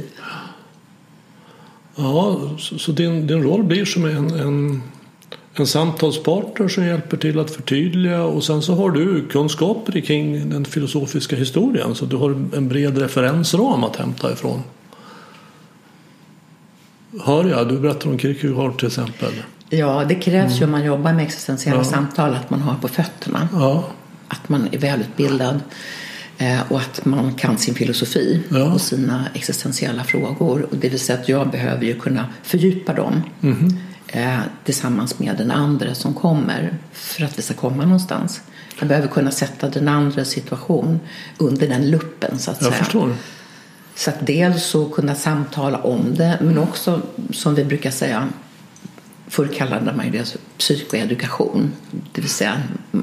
Ja, så, så din, din roll blir som en, en, en samtalspartner som hjälper till att förtydliga, och sen så har du kunskaper kring den filosofiska historien, så du har en bred referensram att hämta ifrån. Hör jag, du berättar om Kierkegaard till exempel. Ja, det krävs mm. ju om man jobbar med existentiella ja. samtal att man har på fötterna. Ja. Att man är välutbildad eh, och att man kan sin filosofi ja. och sina existentiella frågor. Och det vill säga att jag behöver ju kunna fördjupa dem mm. eh, tillsammans med den andra som kommer för att vi ska komma någonstans. Jag behöver kunna sätta den andra situation under den luppen så att jag säga. Jag förstår. Så att dels så kunna samtala om det, men också som vi brukar säga, förr kallade man ju det psykoedukation. Det vill säga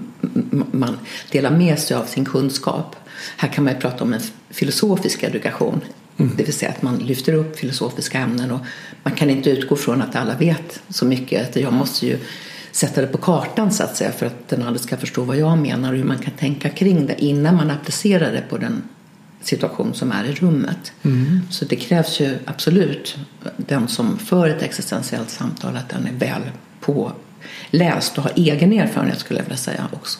man delar med sig av sin kunskap. Här kan man ju prata om en filosofisk edukation. Mm. Det vill säga att man lyfter upp filosofiska ämnen och man kan inte utgå från att alla vet så mycket. Jag måste ju sätta det på kartan så att säga för att den andra ska förstå vad jag menar och hur man kan tänka kring det innan man applicerar det på den situation som är i rummet. Mm. Så det krävs ju absolut den som för ett existentiellt samtal att den är väl påläst och har egen erfarenhet skulle jag vilja säga också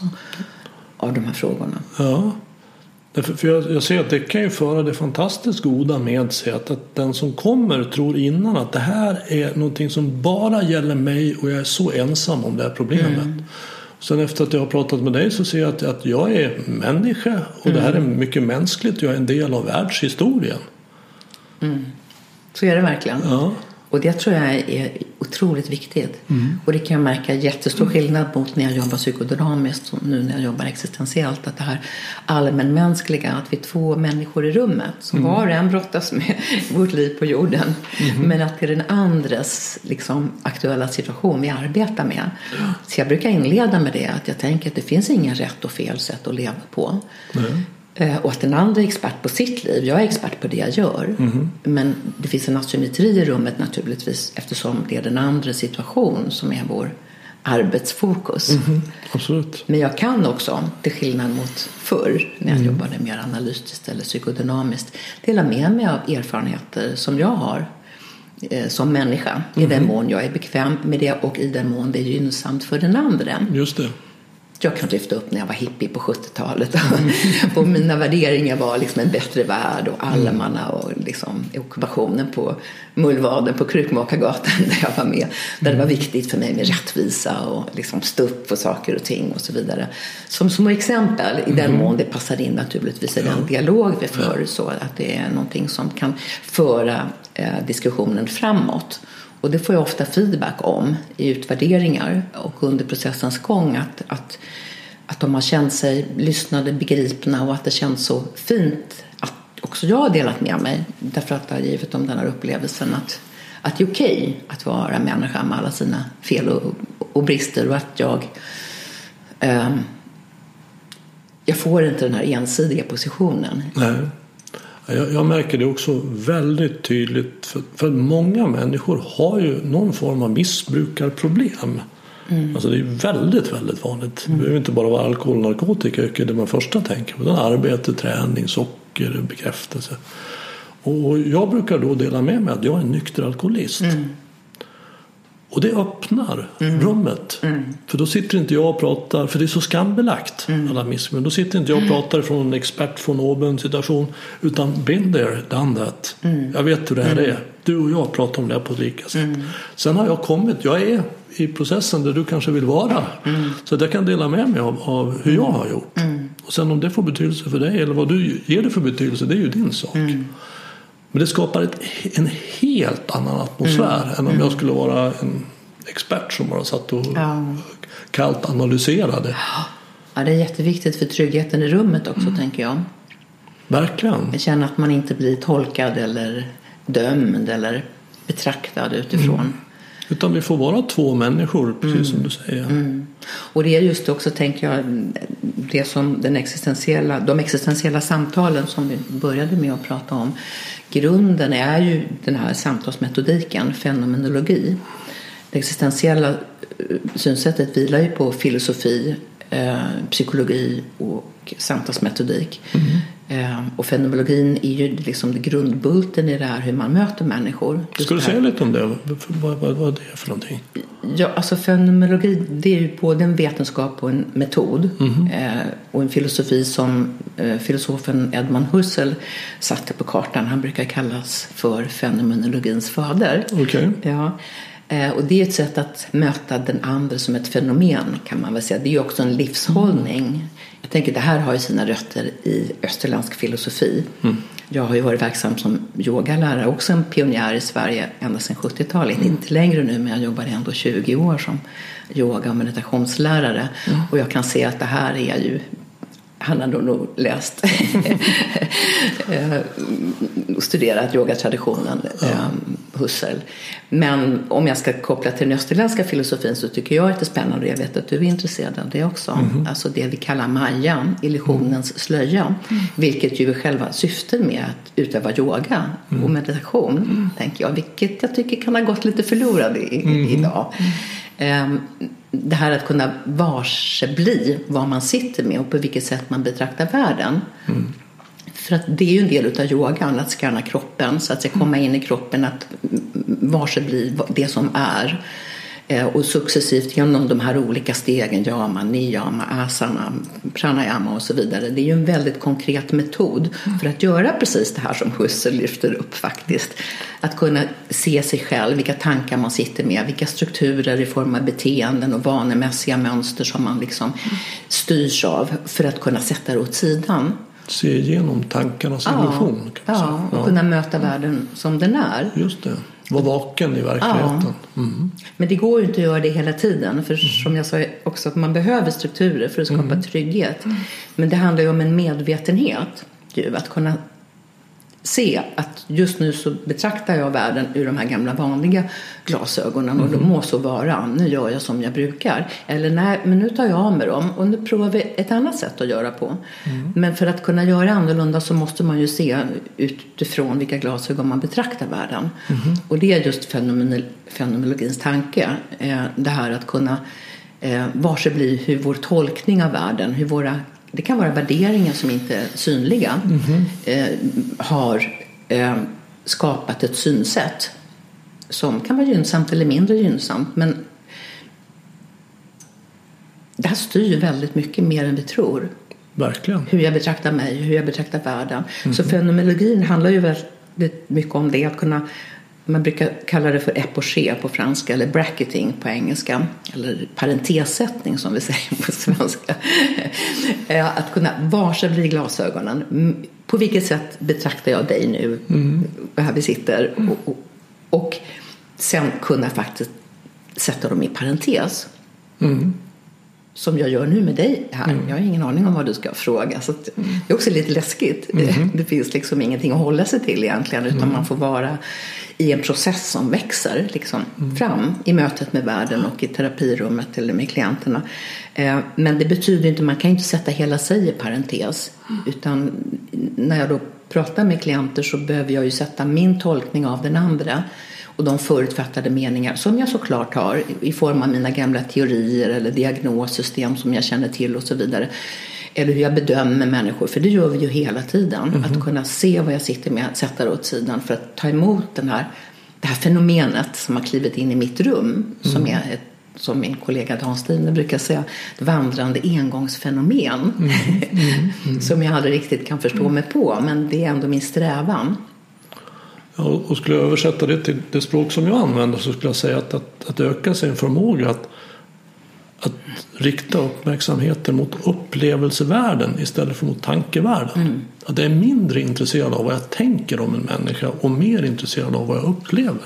av de här frågorna. Ja, för jag, jag ser att det kan ju föra det fantastiskt goda med sig att, att den som kommer tror innan att det här är någonting som bara gäller mig och jag är så ensam om det här problemet. Mm. Sen efter att jag har pratat med dig så ser jag att, att jag är människa och mm. det här är mycket mänskligt. Jag är en del av världshistorien. Mm. Så är det verkligen. Ja. Och det tror jag är otroligt viktigt. Mm. Och det kan jag märka jättestor skillnad mot när jag jobbar psykodynamiskt och nu när jag jobbar existentiellt. Att det här allmänmänskliga, att vi är två människor i rummet som mm. var och en brottas med vårt liv på jorden. Mm. Men att det är den andres liksom, aktuella situation vi arbetar med. Ja. Så jag brukar inleda med det att jag tänker att det finns ingen rätt och fel sätt att leva på. Mm. Och att den andra är expert på sitt liv. Jag är expert på det jag gör. Mm. Men det finns en asymmetri i rummet naturligtvis eftersom det är den andra situation som är vår arbetsfokus. Mm. Absolut. Men jag kan också, till skillnad mot förr när jag mm. jobbade mer analytiskt eller psykodynamiskt, dela med mig av erfarenheter som jag har eh, som människa. Mm. I den mån jag är bekväm med det och i den mån det är gynnsamt för den andra. Just det. Jag kan lyfta upp när jag var hippie på sjuttiotalet och mina värderingar var liksom en bättre värld och allamanna och liksom ockupationen på Mullvaden på Krukmakargatan där jag var med. Där det var viktigt för mig med rättvisa och liksom stå upp för saker och ting och så vidare. Som små exempel i den mån det passar in naturligtvis i den dialog vi för så att det är någonting som kan föra eh, diskussionen framåt. Och det får jag ofta feedback om i utvärderingar och under processens gång att, att, att de har känt sig lyssnade, begripna och att det känns så fint att också jag har delat med mig därför att det har givit dem den här upplevelsen att, att det är okej att vara människa med alla sina fel och, och brister och att jag eh, jag får inte den här ensidiga positionen. Nej. Jag, jag märker det också väldigt tydligt för, för många människor har ju någon form av missbrukarproblem. Mm. Alltså det är väldigt, väldigt vanligt. Mm. Det behöver inte bara vara alkohol och narkotika, det är det man första tänker på. Arbete, träning, socker, bekräftelse. Och jag brukar då dela med mig att jag är en nykter alkoholist. Mm. Och det öppnar mm. rummet. Mm. För då sitter inte jag och pratar, för det är så skambelagt mm. alla missbruk. Då sitter inte jag och pratar från en expert från oben situation, utan been there, done that. Mm. Jag vet hur det här mm. är. Du och jag pratar om det här på ett lika sätt. Mm. Sen har jag kommit, jag är i processen där du kanske vill vara. Mm. Så jag kan dela med mig av, av hur jag har gjort. Mm. Och sen om det får betydelse för dig eller vad du ger det för betydelse, det är ju din sak. Mm. Men det skapar ett, en helt annan atmosfär mm. än om mm. jag skulle vara en expert som bara satt och ja. kallt analyserade. Ja, det är jätteviktigt för tryggheten i rummet också, mm. tänker jag. Verkligen. Jag känner att man inte blir tolkad eller dömd eller betraktad utifrån. Mm. Utan vi får vara två människor, precis mm. som du säger. Mm. Och det är just också, tänker jag, det som den existentiella, de existentiella samtalen som vi började med att prata om. Grunden är ju den här samtalsmetodiken, fenomenologi. Det existentiella synsättet vilar ju på filosofi, eh, psykologi och samtalsmetodik. Mm. Eh, och fenomenologin är ju liksom grundbulten i det här hur man möter människor. Ska du säga lite om det? Vad, vad, vad är det för någonting? Ja, alltså fenomenologi, det är ju både en vetenskap och en metod. Mm. Eh, och en filosofi som eh, filosofen Edmund Husserl satte på kartan. Han brukar kallas för fenomenologins fader. Okay. Ja. Och det är ett sätt att möta den andra som ett fenomen, kan man väl säga. Det är ju också en livshållning. Mm. Jag tänker, det här har ju sina rötter i österländsk filosofi. Mm. Jag har ju varit verksam som yogalärare, också en pionjär i Sverige ända sedan sjuttiotalet. Mm. Inte längre nu, men jag jobbar ändå tjugo år som yoga- och meditationslärare. Mm. Och jag kan se att det här är ju... Han har nog läst och studerat yogatraditionen, ja. Husserl. Men om jag ska koppla till den österländska filosofin så tycker jag att det är spännande, och jag vet att du är intresserad av det också. Mm. Alltså det vi kallar mayan, illusionens slöja. Mm. Vilket ju är själva syftet med att utöva yoga mm. och meditation, mm. tänker jag. Vilket jag tycker kan ha gått lite förlorad i, mm. idag. Mm. Um, Det här att kunna varsebli vad man sitter med och på vilket sätt man betraktar världen. Mm. För att det är ju en del av yogan, att skanna kroppen, så att komma in i kroppen, att varsebli det som är. Och successivt genom de här olika stegen, yama, niyama, asana, pranayama och så vidare. Det är ju en väldigt konkret metod för att göra precis det här som Husserl lyfter upp faktiskt. Att kunna se sig själv, vilka tankar man sitter med, vilka strukturer i form av beteenden och vanemässiga mönster som man liksom styrs av, för att kunna sätta det åt sidan. Se igenom tankarnas illusion. Ja, ja, och ja. kunna möta världen som den är. Just det. Var vaken i verkligheten. Ja. Mm. Men det går ju inte att göra det hela tiden. För som jag sa också, att man behöver strukturer för att skapa mm. trygghet. Men det handlar ju om en medvetenhet. Ju, att kunna se att just nu så betraktar jag världen ur de här gamla vanliga glasögonen. Mm. Och då må så vara. Nu gör jag som jag brukar. Eller nej, men nu tar jag av med dem. Och nu provar vi ett annat sätt att göra på. Mm. Men för att kunna göra annorlunda så måste man ju se utifrån vilka glasögon man betraktar världen. Mm. Och det är just fenomenol- fenomenologins tanke. Eh, det här att kunna eh, varse bli hur vår tolkning av världen, hur våra det kan vara värderingar som inte är synliga, mm-hmm. eh, har eh, skapat ett synsätt som kan vara gynnsamt eller mindre gynnsamt. Men det här styr väldigt mycket mer än vi tror. Verkligen. Hur jag betraktar mig, hur jag betraktar världen. Mm-hmm. Så fenomenologin handlar ju väldigt mycket om det. Att kunna, man brukar kalla det för epochet på franska, eller bracketing på engelska, eller parentessättning som vi säger på svenska. Att kunna varse bli glasögonen. På vilket sätt betraktar jag dig nu, mm. här vi sitter, och, och, och sen kunna faktiskt sätta dem i parentes. Mm. Som jag gör nu med dig här. Mm. Jag har ingen aning om vad du ska fråga. Så det är också lite läskigt. Mm. Det finns liksom ingenting att hålla sig till egentligen. Utan mm. man får vara i en process som växer liksom mm. fram i mötet med världen och i terapirummet eller med klienterna. Men det betyder inte, man kan inte sätta hela sig i parentes. Mm. Utan när jag då pratar med klienter så behöver jag ju sätta min tolkning av den andra. Och de förutfattade meningar som jag såklart har i form av mina gamla teorier eller diagnossystem som jag känner till och så vidare. Eller hur jag bedömer människor, för det gör vi ju hela tiden. Mm. Att kunna se vad jag sitter med, att sätta det åt sidan för att ta emot den här, det här fenomenet som har klivit in i mitt rum. Mm. Som är ett, som min kollega Dan Stine brukar säga, ett vandrande engångsfenomen. Mm. Mm. Mm. Som jag aldrig riktigt kan förstå mig på, men det är ändå min strävan. Ja, och skulle jag översätta det till det språk som jag använder så skulle jag säga att, att, att öka sin förmåga att, att rikta uppmärksamheten mot upplevelsevärlden istället för mot tankevärlden. Mm. Att jag är mindre intresserad av vad jag tänker om en människa och mer intresserad av vad jag upplever.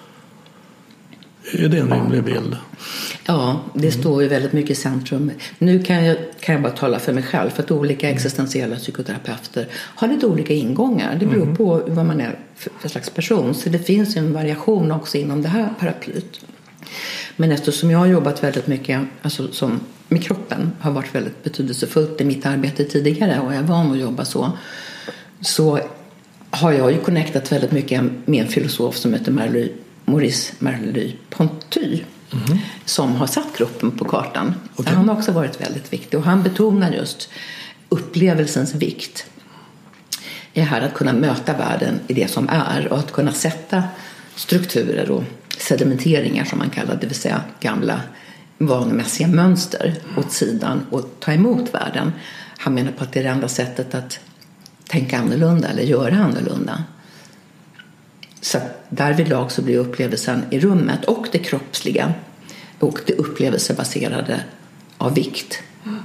Är det en rimlig bild? Ja, det mm. står ju väldigt mycket i centrum. Nu kan jag, kan jag bara tala för mig själv, för att olika existentiella psykoterapeuter har lite olika ingångar. Det beror mm. på vad man är för, för slags person. Så det finns ju en variation också inom det här paraplyt. Men eftersom jag har jobbat väldigt mycket alltså som, med kroppen, har varit väldigt betydelsefullt i mitt arbete tidigare och jag är van att jobba så, så har jag ju connectat väldigt mycket med en filosof som heter Merleau, Maurice Merleau-Ponty, mm. som har satt kroppen på kartan. Okay. Han har också varit väldigt viktig och han betonar just upplevelsens vikt i här att kunna möta världen i det som är och att kunna sätta strukturer och sedimenteringar som man kallar, det vill säga gamla vanemässiga mönster åt sidan och ta emot världen. Han menar på att det är det enda sättet att tänka annorlunda eller göra annorlunda. Så därvidlag så blir upplevelsen i rummet och det kroppsliga och det upplevelsebaserade av vikt.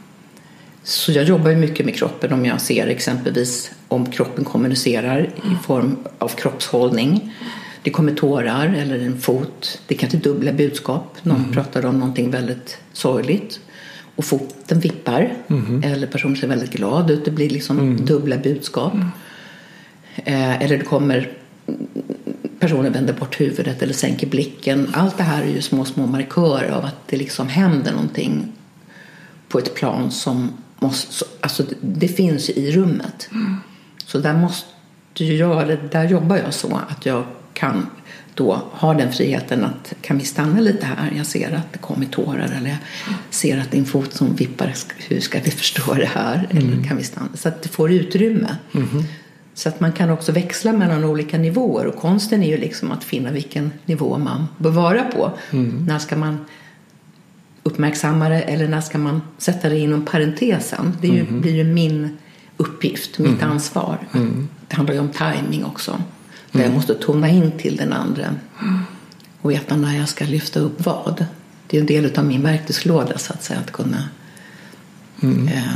Så jag jobbar ju mycket med kroppen om jag ser exempelvis om kroppen kommunicerar i form av kroppshållning. Det kommer tårar eller en fot. Det kan till dubbla budskap. Någon mm. pratar om någonting väldigt sorgligt och foten vippar. Mm. Eller personen ser väldigt glad ut. Det blir liksom mm. dubbla budskap. Mm. Eh, eller det kommer personen vänder bort huvudet eller sänker blicken. Allt det här är ju små, små markörer av att det liksom händer någonting på ett plan som måste, alltså det finns i rummet. Mm. Så där måste jag, eller där jobbar jag så att jag kan då ha den friheten att kan vi stanna lite här, jag ser att det kommer tårar eller jag ser att det är en fot som vippar, hur ska vi förstå det här mm. eller kan vi stanna, så att det får utrymme mm. så att man kan också växla mellan olika nivåer och konsten är ju liksom att finna vilken nivå man bör vara på mm. när ska man uppmärksamma det eller när ska man sätta det inom parentesen, det är ju, mm. blir ju min uppgift, mitt mm. ansvar mm. det handlar ju om timing också. Mm. Jag måste tona in till den andra och veta när jag ska lyfta upp vad. Det är en del av min verktygslåda så att säga att kunna mm. eh.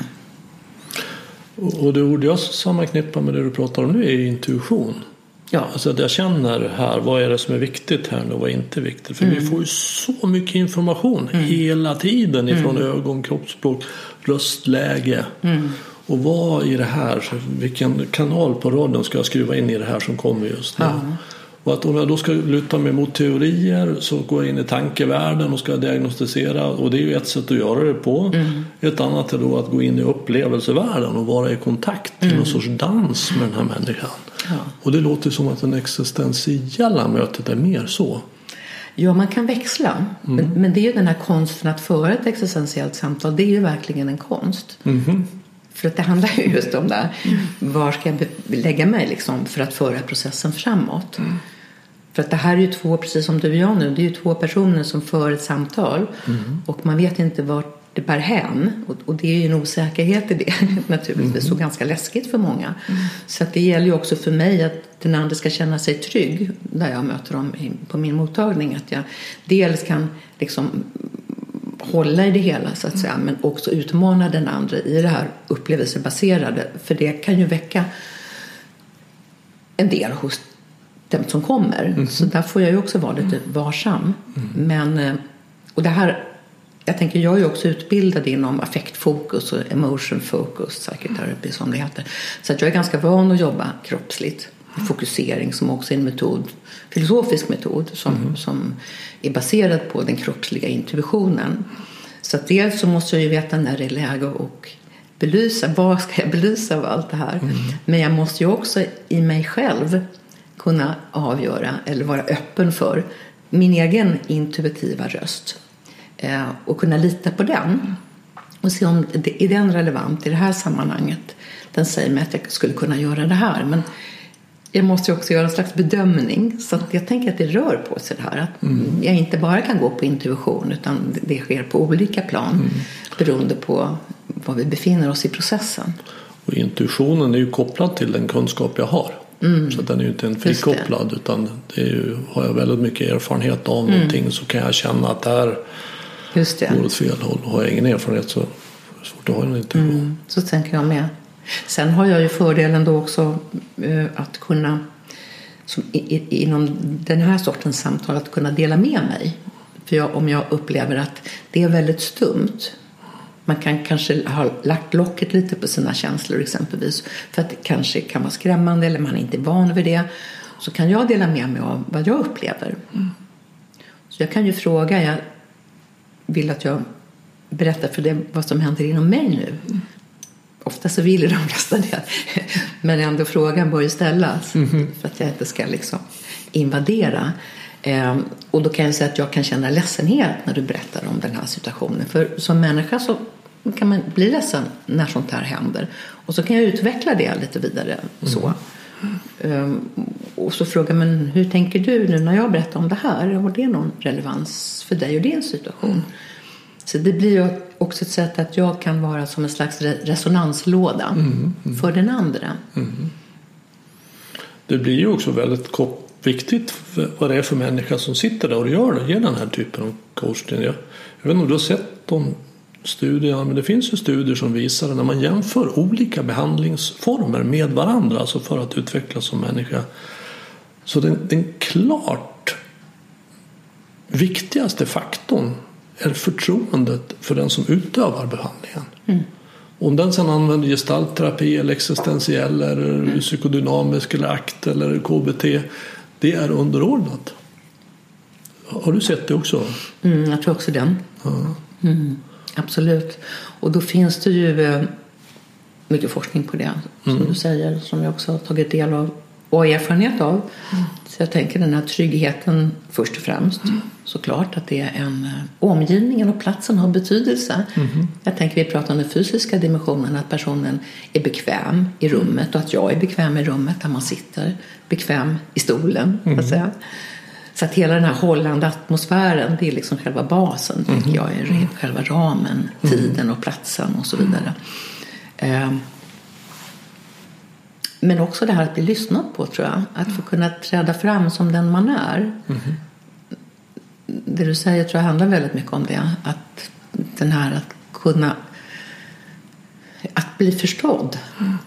och det ord jag sammanknippar med det du pratar om nu är intuition. Ja. Alltså att jag känner här, vad är det som är viktigt här och vad är inte viktigt. För mm. vi får ju så mycket information mm. hela tiden ifrån mm. ögon, kroppsspråk, röstläge. Mm. Och vad i det här, vilken kanal på radion ska jag skruva in i det här som kommer just nu. Ja. Och att om jag då ska luta mig mot teorier så går jag in i tankevärlden och ska diagnostisera. Och det är ju ett sätt att göra det på. Mm. Ett annat är då att gå in i upplevelsevärlden och vara i kontakt med mm. någon sorts dans med den här människan. Ja. Och det låter som att den existentiella mötet är mer så. Ja, man kan växla. Mm. Men, men det är ju den här konsten att föra ett existentiellt samtal. Det är ju verkligen en konst. Mm. För att det handlar ju just om det. Var ska jag lägga mig liksom för att föra processen framåt? Mm. För att det här är ju två, precis som du och jag nu, det är ju två personer som för ett samtal. Mm. Och man vet inte vart det bär hän. Och, och det är ju en osäkerhet i det naturligtvis. Mm. Och ganska läskigt för många. Mm. Så att det gäller ju också för mig att den andra ska känna sig trygg. Där jag möter dem på min mottagning. Att jag dels kan liksom hålla i det hela så att säga, men också utmana den andra i det här upplevelsebaserade, för det kan ju väcka en del hos dem som kommer. Mm. Så där får jag ju också vara lite varsam. Mm. Men, och det här, jag tänker, jag är ju också utbildad inom affektfokus och emotion focus psychotherapy som det heter. Så att jag är ganska van att jobba kroppsligt. Fokusering som också är en metod, filosofisk metod som, mm. som är baserad på den kroppsliga intuitionen. Så att dels så måste jag ju veta när det är läge och belysa, vad ska jag belysa av allt det här. Mm. Men jag måste ju också i mig själv kunna avgöra eller vara öppen för min egen intuitiva röst. Eh, och kunna lita på den. Och se om det, är den relevant i det här sammanhanget. Den säger mig att jag skulle kunna göra det här. Men jag måste också göra en slags bedömning. Så att jag tänker att det rör på sig det här. Att mm. jag inte bara kan gå på intuition. Utan det sker på olika plan. Mm. Beroende på var vi befinner oss i processen. Och intuitionen är ju kopplad till den kunskap jag har. Mm. Så den är ju inte en frikopplad. Utan det är ju, har jag väldigt mycket erfarenhet av mm. någonting. Så kan jag känna att det här, Just det. går åt fel håll. Och har jag ingen erfarenhet så är det svårt att ha en intuition. Mm, så tänker jag med. Sen har jag ju fördelen då också uh, att kunna som i, i, inom den här sortens samtal att kunna dela med mig. För jag, om jag upplever att det är väldigt stumt, man kan kanske ha lagt locket lite på sina känslor exempelvis för att det kanske kan vara skrämmande eller man är inte van vid det, så kan jag dela med mig av vad jag upplever. Mm. Så jag kan ju fråga, jag vill att jag berättar för det vad som händer inom mig nu. Mm. Ofta så vill de flesta det, men ändå frågan bör ju ställas mm-hmm. för att jag inte ska liksom invadera. Eh, och då kan jag säga att jag kan känna ledsenhet när du berättar om den här situationen. För som människa så kan man bli ledsen när sånt här händer. Och så kan jag utveckla det lite vidare. Mm. Så. Eh, och så frågar man, hur tänker du nu när jag berättar om det här? Har det någon relevans för dig och din situation? Mm. Så det blir ju också ett sätt att jag kan vara som en slags resonanslåda mm. Mm. för den andra. Mm. Det blir ju också väldigt kort viktigt för vad det är för människa som sitter där och gör det, ger den här typen av coachning. Jag, jag vet inte om du har sett de studierna, men det finns ju studier som visar att när man jämför olika behandlingsformer med varandra, alltså för att utvecklas som människa, så den, den klart viktigaste faktorn är förtroendet för den som utövar behandlingen. Mm. Om den sedan använder gestaltterapi eller existentiell eller mm. psykodynamisk eller akt eller K B T, det är underordnat. Har du sett det också? Mm, jag tror också den. Ja. Mm, absolut. Och då finns det ju mycket forskning på det, som mm. du säger, som jag också har tagit del av och erfarenhet av. Mm. Så jag tänker den här tryggheten först och främst. Mm. Såklart att det är en omgivningen och platsen har betydelse. Mm. Jag tänker vi pratar om den fysiska dimensionen, att personen är bekväm i rummet och att jag är bekväm i rummet där man sitter, bekväm i stolen. Mm. Så att säga. Så att hela den här hållande atmosfären, det är liksom själva basen, mm. tänker jag, är själva ramen, tiden och platsen och så vidare. Mm. Men också det här att bli lyssnad på, tror jag. Att få kunna träda fram som den man är. Mm. Det du säger tror jag handlar väldigt mycket om det. Att den här att kunna att bli förstådd.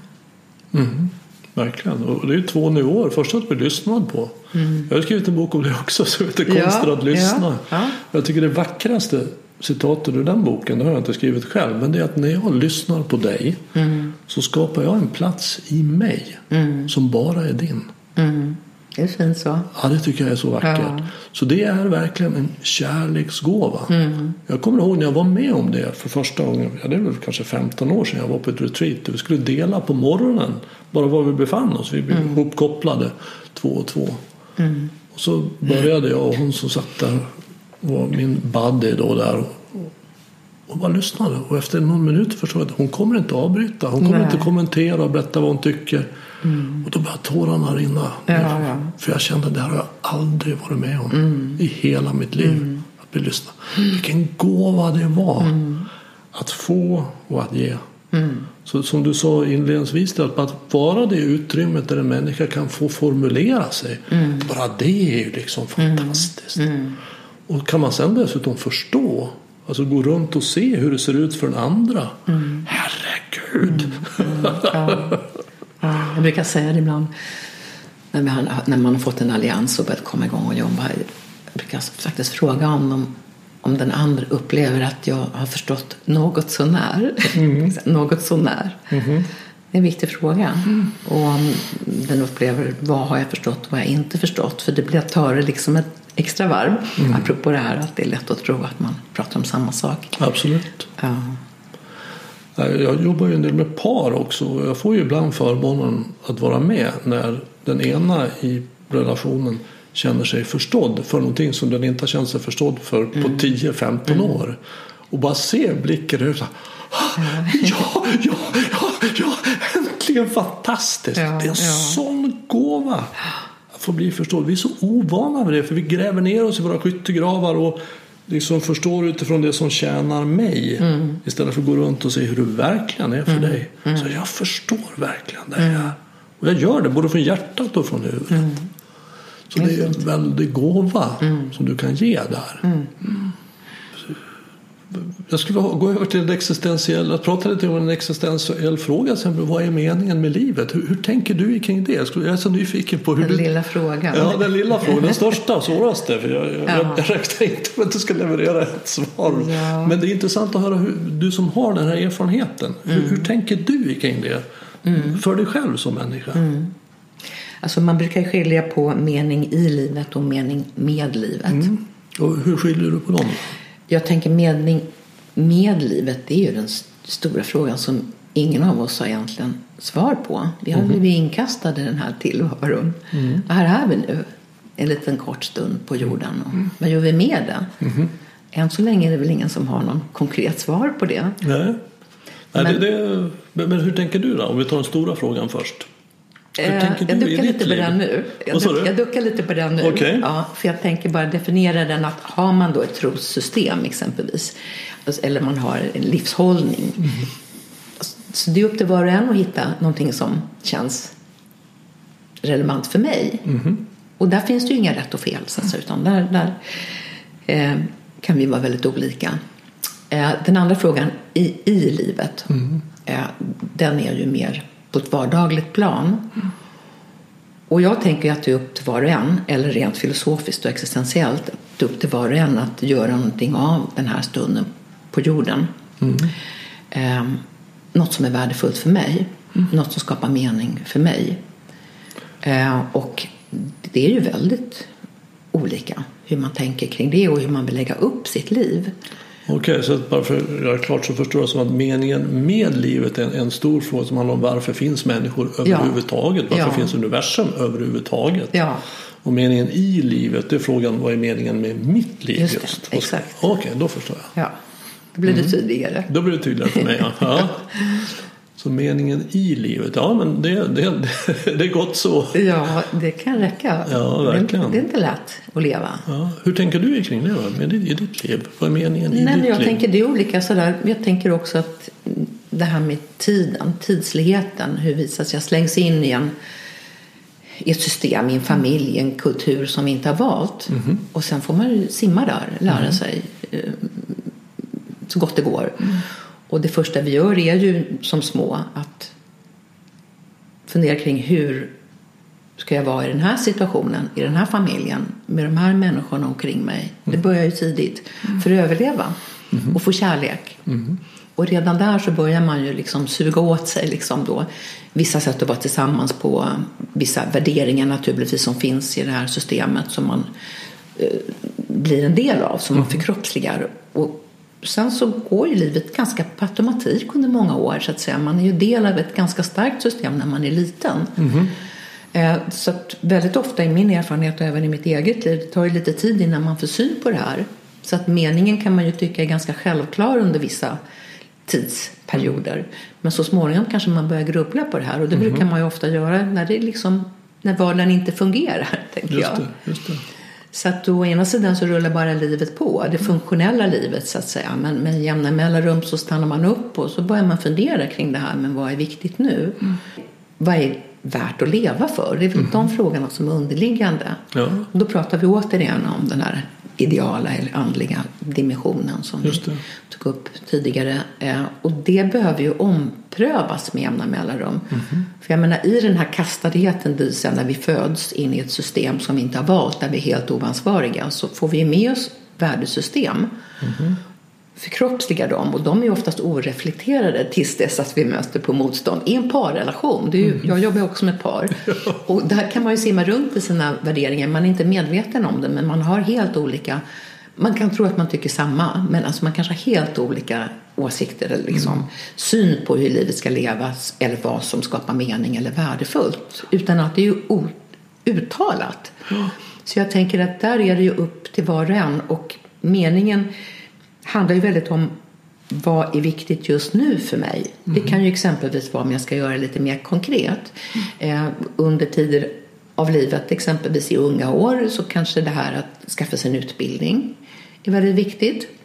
Mm. Verkligen. Och det är ju två nivåer. Först att bli lyssnad på. Mm. Jag har skrivit en bok om det också, så heter Konsten att lyssna. Ja, ja. Jag tycker det vackraste citatet ur den boken, det har jag inte skrivit själv, men det är att när jag lyssnar på dig mm. så skapar jag en plats i mig mm. som bara är din. Mm. Det är fint så. Ja, det tycker jag är så vackert. Ja. Så det är verkligen en kärleksgåva. Mm. Jag kommer ihåg när jag var med om det för första gången. Ja, det är väl kanske femton år sedan jag var på ett retreat. Vi skulle dela på morgonen bara var vi befann oss. Vi blev mm. uppkopplade två och två. Mm. Och så började jag och hon som satt där var min buddy då där och, och bara lyssnade. Och efter någon minut förstod jag att hon kommer inte avbryta. Hon kommer Nej. inte kommentera och berätta vad hon tycker. Mm. Och då började tårarna rinna. Ja, ja. För jag kände att det här har jag aldrig varit med om mm. i hela mitt liv. Mm. Att bli lyssnad. Mm. Vilken gåva det var mm. att få och att ge. Mm. Så som du sa inledningsvis, att bara vara det utrymmet där en människa kan få formulera sig. Mm. Bara det är ju liksom fantastiskt. Mm. Mm. Och kan man sen dessutom förstå, alltså gå runt och se hur det ser ut för den andra. Mm. Herregud. Mm. Mm. Ja. Ja, jag brukar säga det ibland när, vi har, när man har fått en allians och börjat komma igång och jobba. Jag brukar faktiskt fråga om, de, om den andra upplever att jag har förstått något så när. Mm. något så när. Mm. Det är en viktig fråga. Mm. Och om den upplever vad har jag förstått och vad har jag inte förstått. För det blir att ta det liksom ett extra varv. Mm. Apropå det här att det är lätt att tro att man pratar om samma sak. Absolut. Ja. Jag jobbar ju en del med par också. Jag får ju ibland förmånen att vara med när den ena i relationen känner sig förstådd för någonting som den inte har känt sig förstådd för på mm. tio femton mm. år. Och bara se blicken och så här, ja, ja, ja, ja, äntligen fantastiskt. Ja, det är en ja. sån gåva att få bli förstådd. Vi är så ovana med det, för vi gräver ner oss i våra skyttegravar och liksom förstår utifrån det som tjänar mig mm. istället för att gå runt och se hur det verkligen är för mm. dig. Mm. Så jag förstår verkligen det här. Mm. Och jag gör det både från hjärtat och från huvudet. Mm. Så det är en väldig gåva mm. som du kan ge där. Mm. Mm. jag skulle gå över till en existentiell, jag pratade lite om en existentiell fråga sen, vad är meningen med livet? Hur, hur tänker du kring det? Jag är så nyfiken på hur den du... lilla frågan. Ja, den lilla frågan, den största och svåraste, för jag, jag, ja. jag, jag räknar inte med att du ska leverera ett svar. Ja. Men det är intressant att höra hur, du som har den här erfarenheten, mm. hur, hur tänker du kring det? Mm. För dig själv som människa? Mm. Alltså man brukar skilja på mening i livet och mening med livet. Mm. Och hur skiljer du på dem? Jag tänker mening med livet, det är ju den stora frågan som ingen av oss har egentligen svar på. Vi har mm. blivit inkastade i den här tillvaron. Mm. Och här är vi nu en liten kort stund på jorden. Och mm. vad gör vi med det? Mm. Än så länge är det väl ingen som har någon konkret svar på det. Nej. Nej, men, det, det, men hur tänker du då? Om vi tar den stora frågan först. Hur eh, tänker du jag duckar i lite ditt på liv? den nu. Jag, duck, jag duckar lite på den nu. Okay. Ja, för jag tänker bara definiera den att har man då ett trossystem exempelvis. Eller man har en livshållning. Mm. Så det är upp till var och en att hitta någonting som känns relevant för mig. Mm. Och där finns det ju inga rätt och fel. Så att säga, utan där, där eh, kan vi vara väldigt olika. Eh, den andra frågan i, i livet. Mm. Eh, den är ju mer på ett vardagligt plan. Mm. Och jag tänker att det är upp till var och en, eller rent filosofiskt och existentiellt, det är upp till var och en att göra någonting av den här stunden på jorden. Mm. Eh, något som är värdefullt för mig. Mm. Något som skapar mening för mig. Eh, och det är ju väldigt olika hur man tänker kring det och hur man vill lägga upp sitt liv. Okej, okay, så bara för att göra klart så förstår jag som att meningen med livet är en, en stor fråga som handlar om varför finns människor överhuvudtaget? Varför ja. finns universum överhuvudtaget? Ja. Och meningen i livet, det är frågan, vad är meningen med mitt liv just? just? Exakt. Okej, okay, då förstår jag. Ja, då blir det mm. tydligare. Då blir det tydligare för mig, ja. ja. Så meningen i livet, ja men det, det, det är gott så. Ja, det kan räcka. Ja, verkligen. Det är inte lätt att leva. Ja. Hur tänker du kring det då, med i ditt liv? Vad är meningen i Nej, ditt men jag liv? tänker det är olika sådär. Jag tänker också att det här med tiden, tidsligheten, hur visas jag slängs in i, en, i ett system, i en familj, i en kultur som vi inte har valt. Mm-hmm. Och sen får man simma där, lära mm-hmm. sig eh, så gott det går. Mm. Och det första vi gör är ju som små att fundera kring hur ska jag vara i den här situationen, i den här familjen, med de här människorna omkring mig. Det börjar ju tidigt mm. för att överleva mm. och få kärlek. Mm. Och redan där så börjar man ju liksom suga åt sig liksom då vissa sätt att vara tillsammans på, vissa värderingar naturligtvis som finns i det här systemet som man eh, blir en del av, som mm. man förkroppsligar. Och sen så går ju livet ganska på automatik under många år så att säga. Man är ju del av ett ganska starkt system när man är liten. Mm. Eh, så att väldigt ofta i min erfarenhet och även i mitt eget liv, det tar ju lite tid innan man får syn på det här. Så att meningen kan man ju tycka är ganska självklar under vissa tidsperioder. Men så småningom kanske man börjar grubbla på det här. Och det mm. brukar man ju ofta göra när det liksom, när vardagen inte fungerar, tänker just jag. Det, just det. Så att å ena sidan så rullar bara livet på, det funktionella livet så att säga. Men med jämna mellanrum så stannar man upp och så börjar man fundera kring det här. Men vad är viktigt nu? Mm. Vad är värt att leva för? Det är väl mm. de frågorna som är underliggande. Ja. Och då pratar vi återigen om den här ideala eller andliga dimensionen som vi tog upp tidigare. Och det behöver ju omprövas med jämna mellanrum. Mm. För jag menar, i den här kastadheten när vi föds in i ett system som vi inte har valt, där vi är helt oansvariga, så får vi med oss värdesystem. Mm. Förkroppsligar dem, och de är oftast oreflekterade tills dess att vi möter på motstånd i en parrelation. Det är ju, mm. jag jobbar också med par och där kan man ju simma runt i sina värderingar. Man är inte medveten om det, men man har helt olika, man kan tro att man tycker samma, men alltså man kanske har helt olika åsikter eller liksom mm. syn på hur livet ska levas eller vad som skapar mening eller värdefullt, utan att det är ju uttalat. Mm. Så jag tänker att där är det ju upp till var och en, och meningen handlar ju väldigt om vad är viktigt just nu för mig. Mm. Det kan ju exempelvis vara, om jag ska göra det lite mer konkret, mm. eh, under tider av livet, exempelvis i unga år, så kanske det här att skaffa sig en utbildning är väldigt viktigt.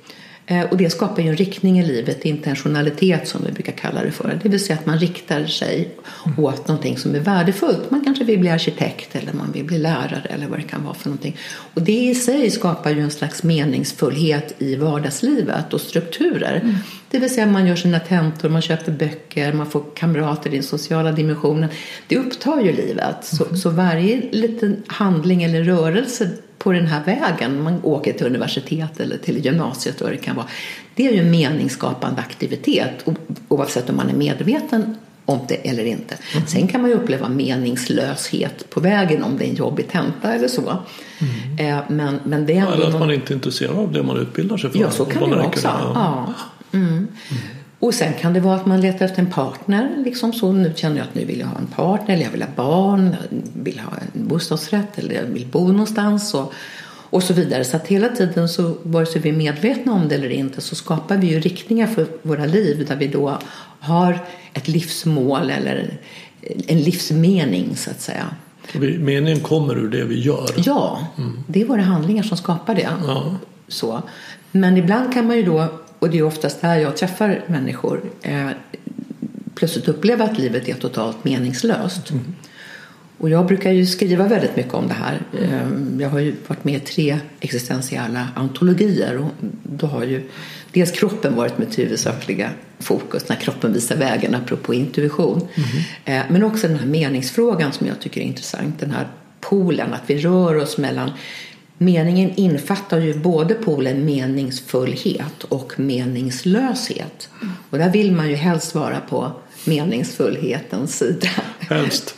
Och det skapar ju en riktning i livet, intentionalitet som vi brukar kalla det för. Det vill säga att man riktar sig åt någonting som är värdefullt. Man kanske vill bli arkitekt eller man vill bli lärare eller vad det kan vara för någonting. Och det i sig skapar ju en slags meningsfullhet i vardagslivet och strukturer. Mm. Det vill säga att man gör sina tentor, man köper böcker, man får kamrater i den sociala dimensionen. Det upptar ju livet. Så, mm. så varje liten handling eller rörelse på den här vägen, man åker till universitet eller till gymnasiet och det kan vara, det är ju en meningsskapande aktivitet oavsett om man är medveten om det eller inte. Mm. Sen kan man ju uppleva meningslöshet på vägen om det är en jobbig tenta eller så. Mm. Eh, men, men det är eller att någon... man inte är intresserad av det man utbildar sig för. Ja, så kan det vara också. Ja. Ja. Mm. Mm. Och sen kan det vara att man letar efter en partner. Liksom så, nu känner jag att nu vill jag ha en partner. Eller jag vill ha barn. Jag vill ha en bostadsrätt. Eller jag vill bo någonstans. Och, och så vidare. Så att hela tiden så, vare sig vi är medvetna om det eller inte, så skapar vi ju riktningar för våra liv. Där vi då har ett livsmål. Eller en livsmening så att säga. Vi, meningen kommer ur det vi gör. Ja, mm. det är våra handlingar som skapar det. Ja. Så. Men ibland kan man ju då, och det är oftast där jag träffar människor, eh, plötsligt uppleva att livet är totalt meningslöst. Mm. Och jag brukar ju skriva väldigt mycket om det här. Eh, jag har ju varit med i tre existentiella antologier och då har ju dels kroppen varit mitt huvudsakliga fokus, när kroppen visar vägen apropå intuition. Mm. Eh, men också den här meningsfrågan som jag tycker är intressant, den här polen, att vi rör oss mellan. Meningen infattar ju både polen meningsfullhet och meningslöshet. Och där vill man ju helst vara på meningsfullhetens sida. Helst.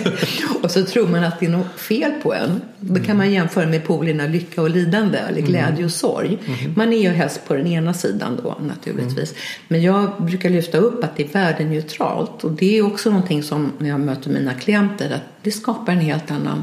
Och så tror man att det är något fel på en. Då kan man jämföra med polerna lycka och lidande eller glädje och sorg. Mm. Man är ju helst på den ena sidan då naturligtvis. Mm. Men jag brukar lyfta upp att det är värdeneutralt. Och det är också någonting som när jag möter mina klienter, att det skapar en helt annan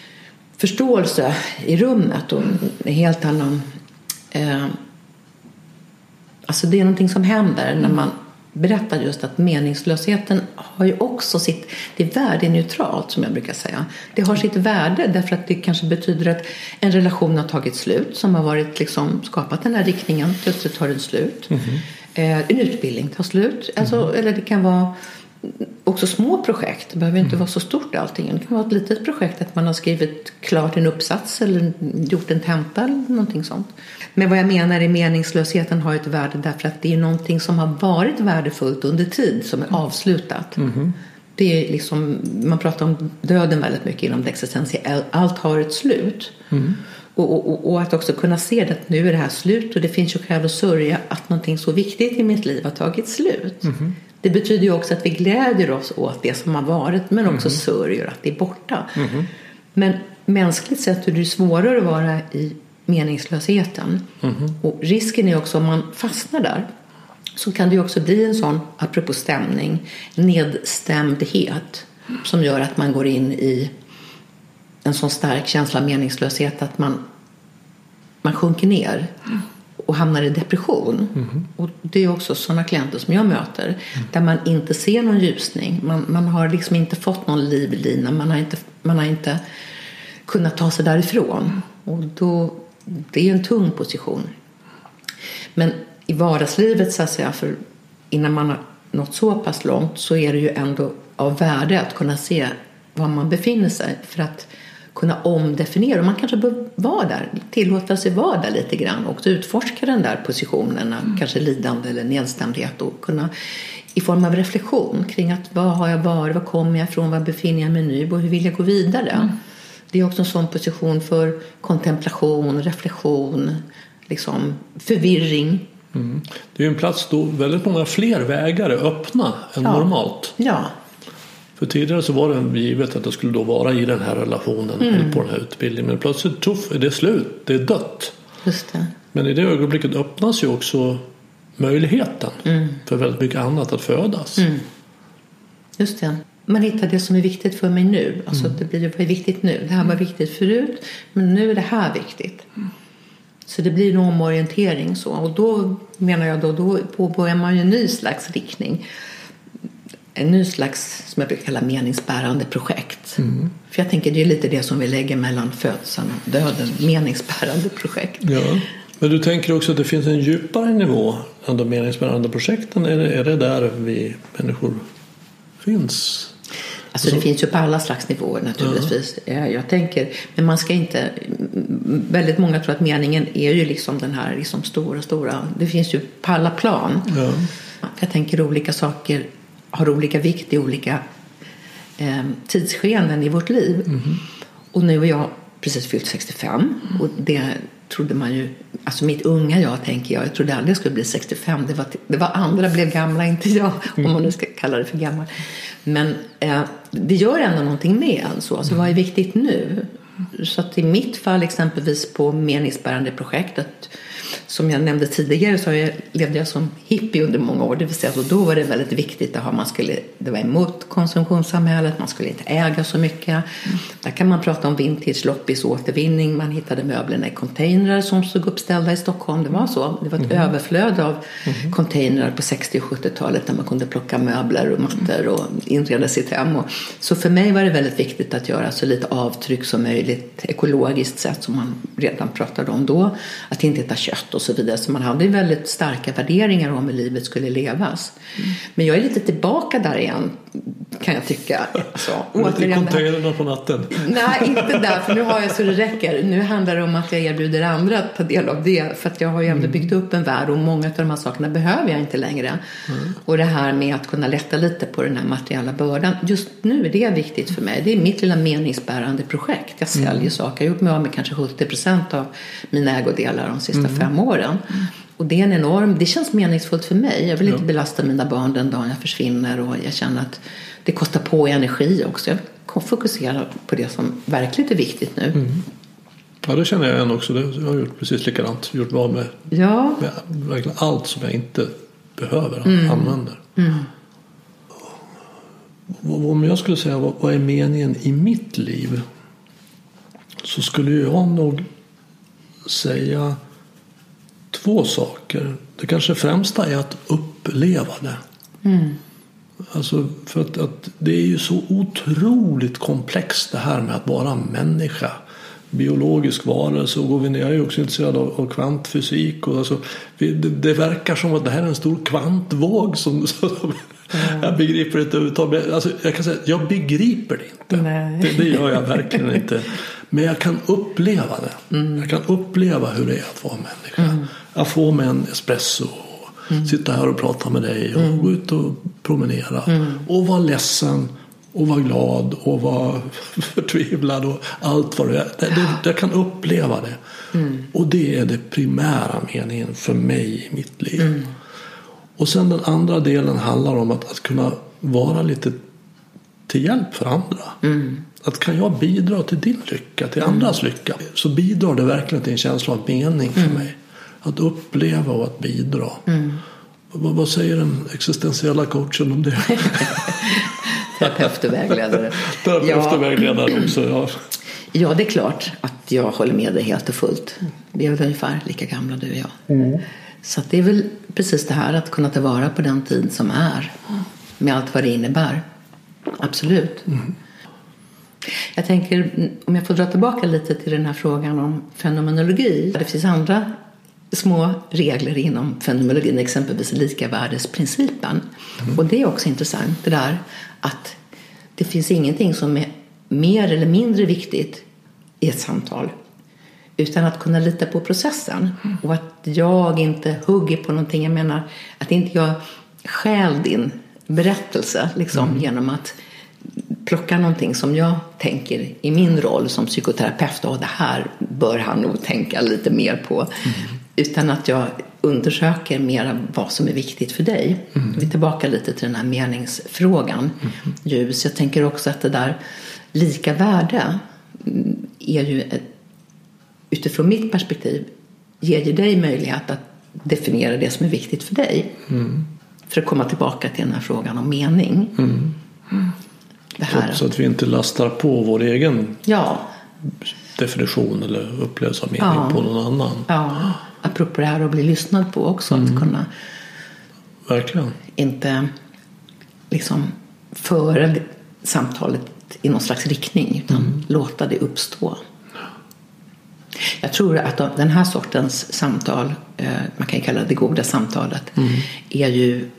förståelse i rummet och en helt annan eh, alltså det är någonting som händer när man berättar just att meningslösheten har ju också sitt, det är värdeneutralt som jag brukar säga. Det har sitt värde därför att det kanske betyder att en relation har tagit slut som har varit liksom skapat den här riktningen, plötsligt tar den slut. Mm-hmm. eh, en utbildning tar slut, alltså, mm-hmm. eller det kan vara också små projekt, det behöver inte mm. vara så stort allting. Det kan vara ett litet projekt att man har skrivit klart en uppsats eller gjort en tenta eller någonting sånt. Men vad jag menar är meningslösheten har ett värde därför att det är någonting som har varit värdefullt under tid som är avslutat. Mm. Det är liksom, man pratar om döden väldigt mycket inom det existentiella. Allt har ett slut. Mm. Och, och, och att också kunna se att nu är det här slut och det finns ju skäl att sörja att någonting så viktigt i mitt liv har tagit slut. Mm. Det betyder ju också att vi glädjer oss åt det som har varit men också mm. sörjer att det är borta. Mm. Men mänskligt sett är det svårare att vara i meningslösheten. Mm. Och risken är också om man fastnar där så kan det ju också bli en sån, apropå stämning, nedstämdhet som gör att man går in i en sån stark känsla av meningslöshet att man, man sjunker ner och hamnar i depression. Mm. Och det är också sådana klienter som jag möter mm. där man inte ser någon ljusning. Man, man har liksom inte fått någon livlina. Man har inte, man har inte kunnat ta sig därifrån. Och då, det är en tung position. Men i vardagslivet så att säga, för innan man har nått så pass långt så är det ju ändå av värde att kunna se var man befinner sig för att kunna omdefiniera. Man kanske bör vara där, tillåta sig vara där lite grann och utforska den där positionen, mm. kanske lidande eller nedstämdhet och kunna i form av reflektion kring att vad har jag varit, vad kommer jag ifrån, vad befinner jag mig nu och hur vill jag gå vidare. Mm. Det är också en sån position för kontemplation, reflektion, liksom förvirring. Mm. Det är ju en plats då väldigt många fler vägar är öppna än ja. normalt. Ja. För tidigare så var det givet att det skulle då vara i den här relationen mm. eller på den här utbildningen. Men plötsligt tuff, är det slut, det är dött. Just det. Men i det ögonblicket öppnas ju också möjligheten mm. för väldigt mycket annat att födas. Mm. Just det. Man hittar det som är viktigt för mig nu. Alltså mm. det blir ju viktigt nu. Det här var viktigt förut, men nu är det här viktigt. Mm. Så det blir en omorientering så. Och då menar jag då, då påbörjar man ju en ny slags riktning. En ny slags, som jag brukar kalla meningsbärande projekt. Mm. För jag tänker det är lite det som vi lägger mellan födseln och döden. Meningsbärande projekt. Ja. Men du tänker också att det finns en djupare nivå än de meningsbärande projekten? Är det, är det där vi människor finns? Alltså det finns ju på alla slags nivåer naturligtvis. Ja. Jag tänker, men man ska inte, väldigt många tror att meningen är ju liksom den här liksom stora, stora, det finns ju på alla plan. Ja. Jag tänker olika saker har olika vikt i olika eh, tidsskenen i vårt liv. Mm. Och nu är jag precis fyllt sextiofem och det trodde man ju, alltså mitt unga jag tänker jag, jag trodde aldrig jag skulle bli sextiofem, det var, det var andra blev gamla, inte jag, om man nu ska kalla det för gammal. Men eh, det gör ändå någonting med en så, alltså vad är viktigt nu? Så att i mitt fall exempelvis på meningsbärande projektet, som jag nämnde tidigare, så jag, levde jag som hippie under många år. Det vill säga, så då var det väldigt viktigt att ha, man skulle, det var emot konsumtionssamhället, man skulle inte äga så mycket. Mm. Där kan man prata om vintage, loppis, återvinning. Man hittade möblerna i containrar som stod uppställda i Stockholm. Det var så. Det var ett mm. överflöd av mm. containrar på sextio- och sjuttiotalet där man kunde plocka möbler och mattor och inreda sitt hem. Och, så för mig var det väldigt viktigt att göra så lite avtryck som möjligt, ekologiskt sett, som man redan pratade om då. Att inte äta kött och så vidare. Så man hade väldigt starka värderingar om hur livet skulle levas. Mm. Men jag är lite tillbaka där igen, kan jag tycka. Så, lite i containrarna på natten. Nej, inte där, för nu har jag så det räcker. Nu handlar det om att jag erbjuder andra att ta del av det. För att jag har ju ändå mm. byggt upp en värld och många av de här sakerna behöver jag inte längre. Mm. Och det här med att kunna lätta lite på den här materiella bördan. Just nu är det viktigt för mig. Det är mitt lilla meningsbärande projekt. Jag säljer mm. saker. Jag har gjort mig av med kanske sjuttio procent av mina ägodelar de sista mm. fem åren. Mm. Och det är en enorm, det känns meningsfullt för mig. Jag vill inte ja. belasta mina barn den dagen jag försvinner, och jag känner att det kostar på energi också. Jag kan fokusera på det som verkligen är viktigt nu. Mm. Ja, det känner jag igen också. Jag har gjort precis likadant. Gjort vad med, ja. med verkligen allt som jag inte behöver mm. använder. Mm. Om jag skulle säga vad, vad är meningen i mitt liv, så skulle jag nog säga två saker. Det kanske främsta är att uppleva det. Mm. Alltså för att, att det är ju så otroligt komplext det här med att vara människa. Biologisk varelse, och går vi ner, jag är också intresserad av, av kvantfysik. Och alltså, det, det verkar som att det här är en stor kvantvåg som, som mm. jag begriper inte överhuvudtaget. Alltså, jag kan säga jag begriper det inte. Det, det gör jag verkligen inte. Men jag kan uppleva det. Mm. Jag kan uppleva hur det är att vara människa. Mm. Att få med en espresso och mm. sitta här och prata med dig och mm. gå ut och promenera. Mm. Och vara ledsen och vara glad och vara förtvivlad och allt vad det är. Det, det, jag kan uppleva det. Mm. Och det är det primära meningen för mig i mitt liv. Mm. Och sen den andra delen handlar om att, att kunna vara lite till hjälp för andra. Mm. Att kan jag bidra till din lycka, till andras mm. lycka, så bidrar det verkligen till en känsla av mening för mm. mig. Att uppleva och att bidra. Mm. Vad, vad säger den existentiella coachen om det? Terapeut och vägledare. Terapeut och vägledare också, ja. Ja, det är klart att jag håller med dig helt och fullt. Vi är väl ungefär lika gamla, du och jag. Mm. Så att det är väl precis det här, att kunna ta vara på den tid som är. Med allt vad det innebär. Absolut. Mm. Jag tänker, om jag får dra tillbaka lite till den här frågan om fenomenologi. Det finns andra små regler inom fenomenologin, exempelvis likavärdesprincipen. Mm. Och det är också intressant, det där att det finns ingenting som är mer eller mindre viktigt i ett samtal, utan att kunna lita på processen. Mm. Och att jag inte hugger på någonting. Jag menar att inte jag stjäl din berättelse liksom, mm. genom att plocka någonting som jag tänker i min roll som psykoterapeut, och det här bör han nog tänka lite mer på. Mm. Utan att jag undersöker mer vad som är viktigt för dig. Mm. Vi är tillbaka lite till den här meningsfrågan. Mm. Ljus. Jag tänker också att det där lika värde är ju ett, utifrån mitt perspektiv, ger ju dig möjlighet att definiera det som är viktigt för dig. Mm. För att komma tillbaka till den här frågan om mening. Mm. Mm. Det här. Så, så att vi inte lastar på vår egen ja. definition eller upplevelse av mening ja. på någon annan. Ja, apropå det här att bli lyssnad på också. Mm. Att kunna verkligen inte liksom föra samtalet i någon slags riktning, utan mm. låta det uppstå. Jag tror att den här sortens samtal, man kan kalla det det goda samtalet, mm. är ju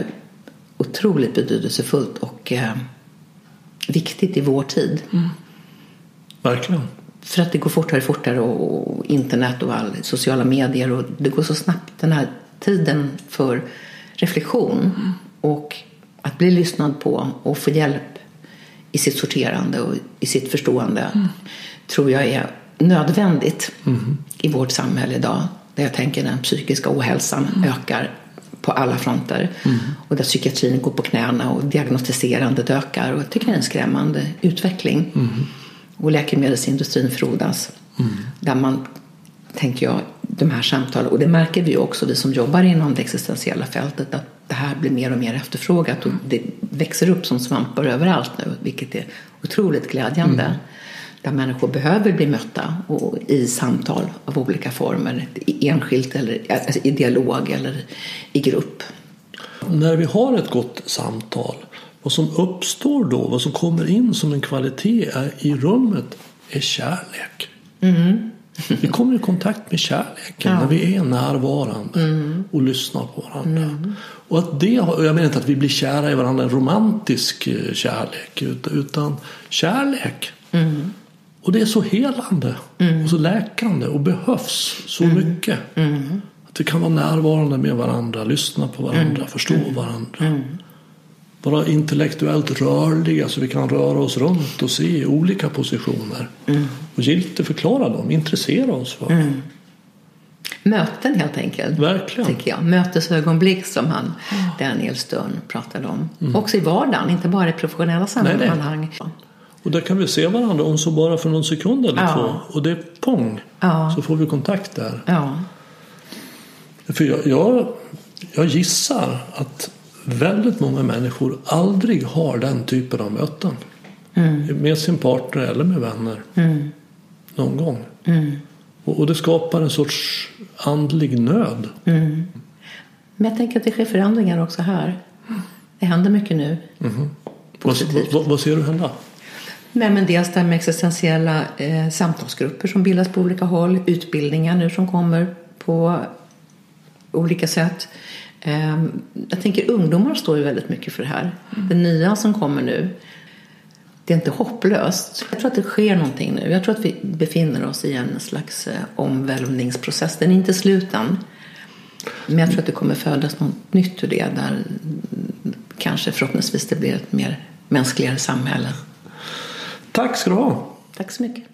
otroligt betydelsefullt och viktigt i vår tid. Mm. Verkligen. För att det går fortare och fortare och internet och all sociala medier, och det går så snabbt, den här tiden för reflektion mm. och att bli lyssnad på och få hjälp i sitt sorterande och i sitt förstående mm. tror jag är nödvändigt mm. i vårt samhälle idag, där jag tänker den psykiska ohälsan mm. ökar på alla fronter mm. och där psykiatrin går på knäna och diagnostiserandet ökar, och jag tycker det är en skrämmande utveckling mm. och läkemedelsindustrin frodas mm. där man, tänker jag, de här samtalen, och det märker vi ju också, vi som jobbar inom det existentiella fältet, att det här blir mer och mer efterfrågat och det växer upp som svampar överallt nu, vilket är otroligt glädjande. Mm. Där människor behöver bli mötta och i samtal av olika former, enskilt eller alltså i dialog eller i grupp. När vi har ett gott samtal, vad som uppstår då, vad som kommer in som en kvalitet är, i rummet, är kärlek. Mm. Vi kommer i kontakt med kärleken ja. när vi är närvarande mm. och lyssnar på varandra. Mm. Och att det, jag menar inte att vi blir kära i varandra, en romantisk kärlek, utan kärlek. Mm. Och det är så helande mm. och så läkande och behövs så mm. mycket. Mm. Att vi kan vara närvarande med varandra, lyssna på varandra, mm. förstå varandra. Mm. Vara intellektuellt rörliga så vi kan röra oss runt och se olika positioner. Mm. Och giltigt förklara dem, intressera oss för. Mm. Möten helt enkelt. Verkligen. Tycker jag. Mötesögonblick som han, mm. Daniel Stern, pratade om. Mm. Också i vardagen, inte bara i professionella sammanhang. Nej, nej. Och där kan vi se varandra om så bara för någon sekund eller ja. två. Och det är pång. Ja. Så får vi kontakt där. Ja. För jag, jag, jag gissar att väldigt många människor aldrig har den typen av möten. Mm. Med sin partner eller med vänner. Mm. Någon gång. Mm. Och, och det skapar en sorts andlig nöd. Mm. Men jag tänker att det sker förändringar också här. Det händer mycket nu. Mm. Positivt. Vad, vad ser du hända? Nej, men dels där med existentiella eh, samtalsgrupper som bildas på olika håll. Utbildningar nu som kommer på olika sätt. Eh, jag tänker ungdomar står ju väldigt mycket för det här. Mm. Det nya som kommer nu, det är inte hopplöst. Jag tror att det sker någonting nu. Jag tror att vi befinner oss i en slags eh, omvälvningsprocess. Den är inte sluten. Men jag tror att det kommer födas något nytt ur det. Där kanske förhoppningsvis det blir ett mer mänskligare samhälle. Tack ska du ha. Tack så mycket.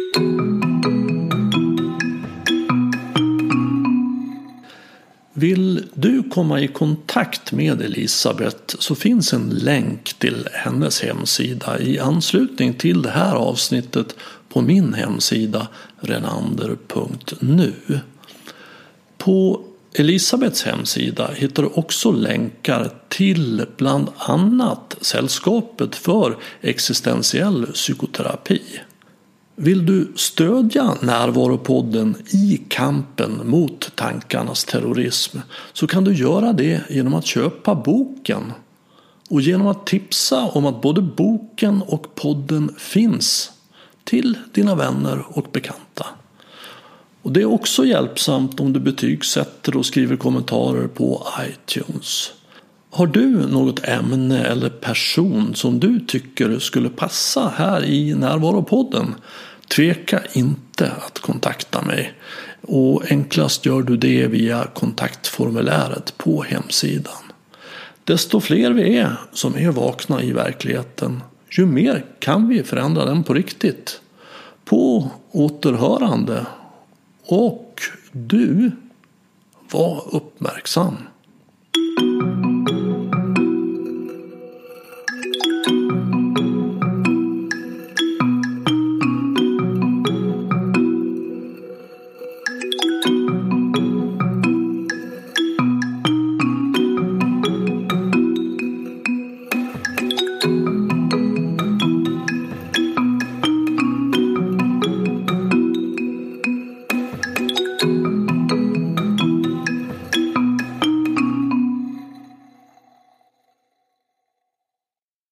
Vill du komma i kontakt med Elisabeth så finns en länk till hennes hemsida i anslutning till det här avsnittet på min hemsida renander punkt nu. På Elisabeths hemsida hittar du också länkar till bland annat Sällskapet för existentiell psykoterapi. Vill du stödja Närvaropodden i kampen mot tankarnas terrorism så kan du göra det genom att köpa boken och genom att tipsa om att både boken och podden finns till dina vänner och bekanta. Och det är också hjälpsamt om du betygsätter och skriver kommentarer på iTunes. Har du något ämne eller person som du tycker skulle passa här i Närvaropodden? Tveka inte att kontakta mig. Och enklast gör du det via kontaktformuläret på hemsidan. Desto fler vi är som är vakna i verkligheten, ju mer kan vi förändra den på riktigt. På återhörande. Och du, var uppmärksam.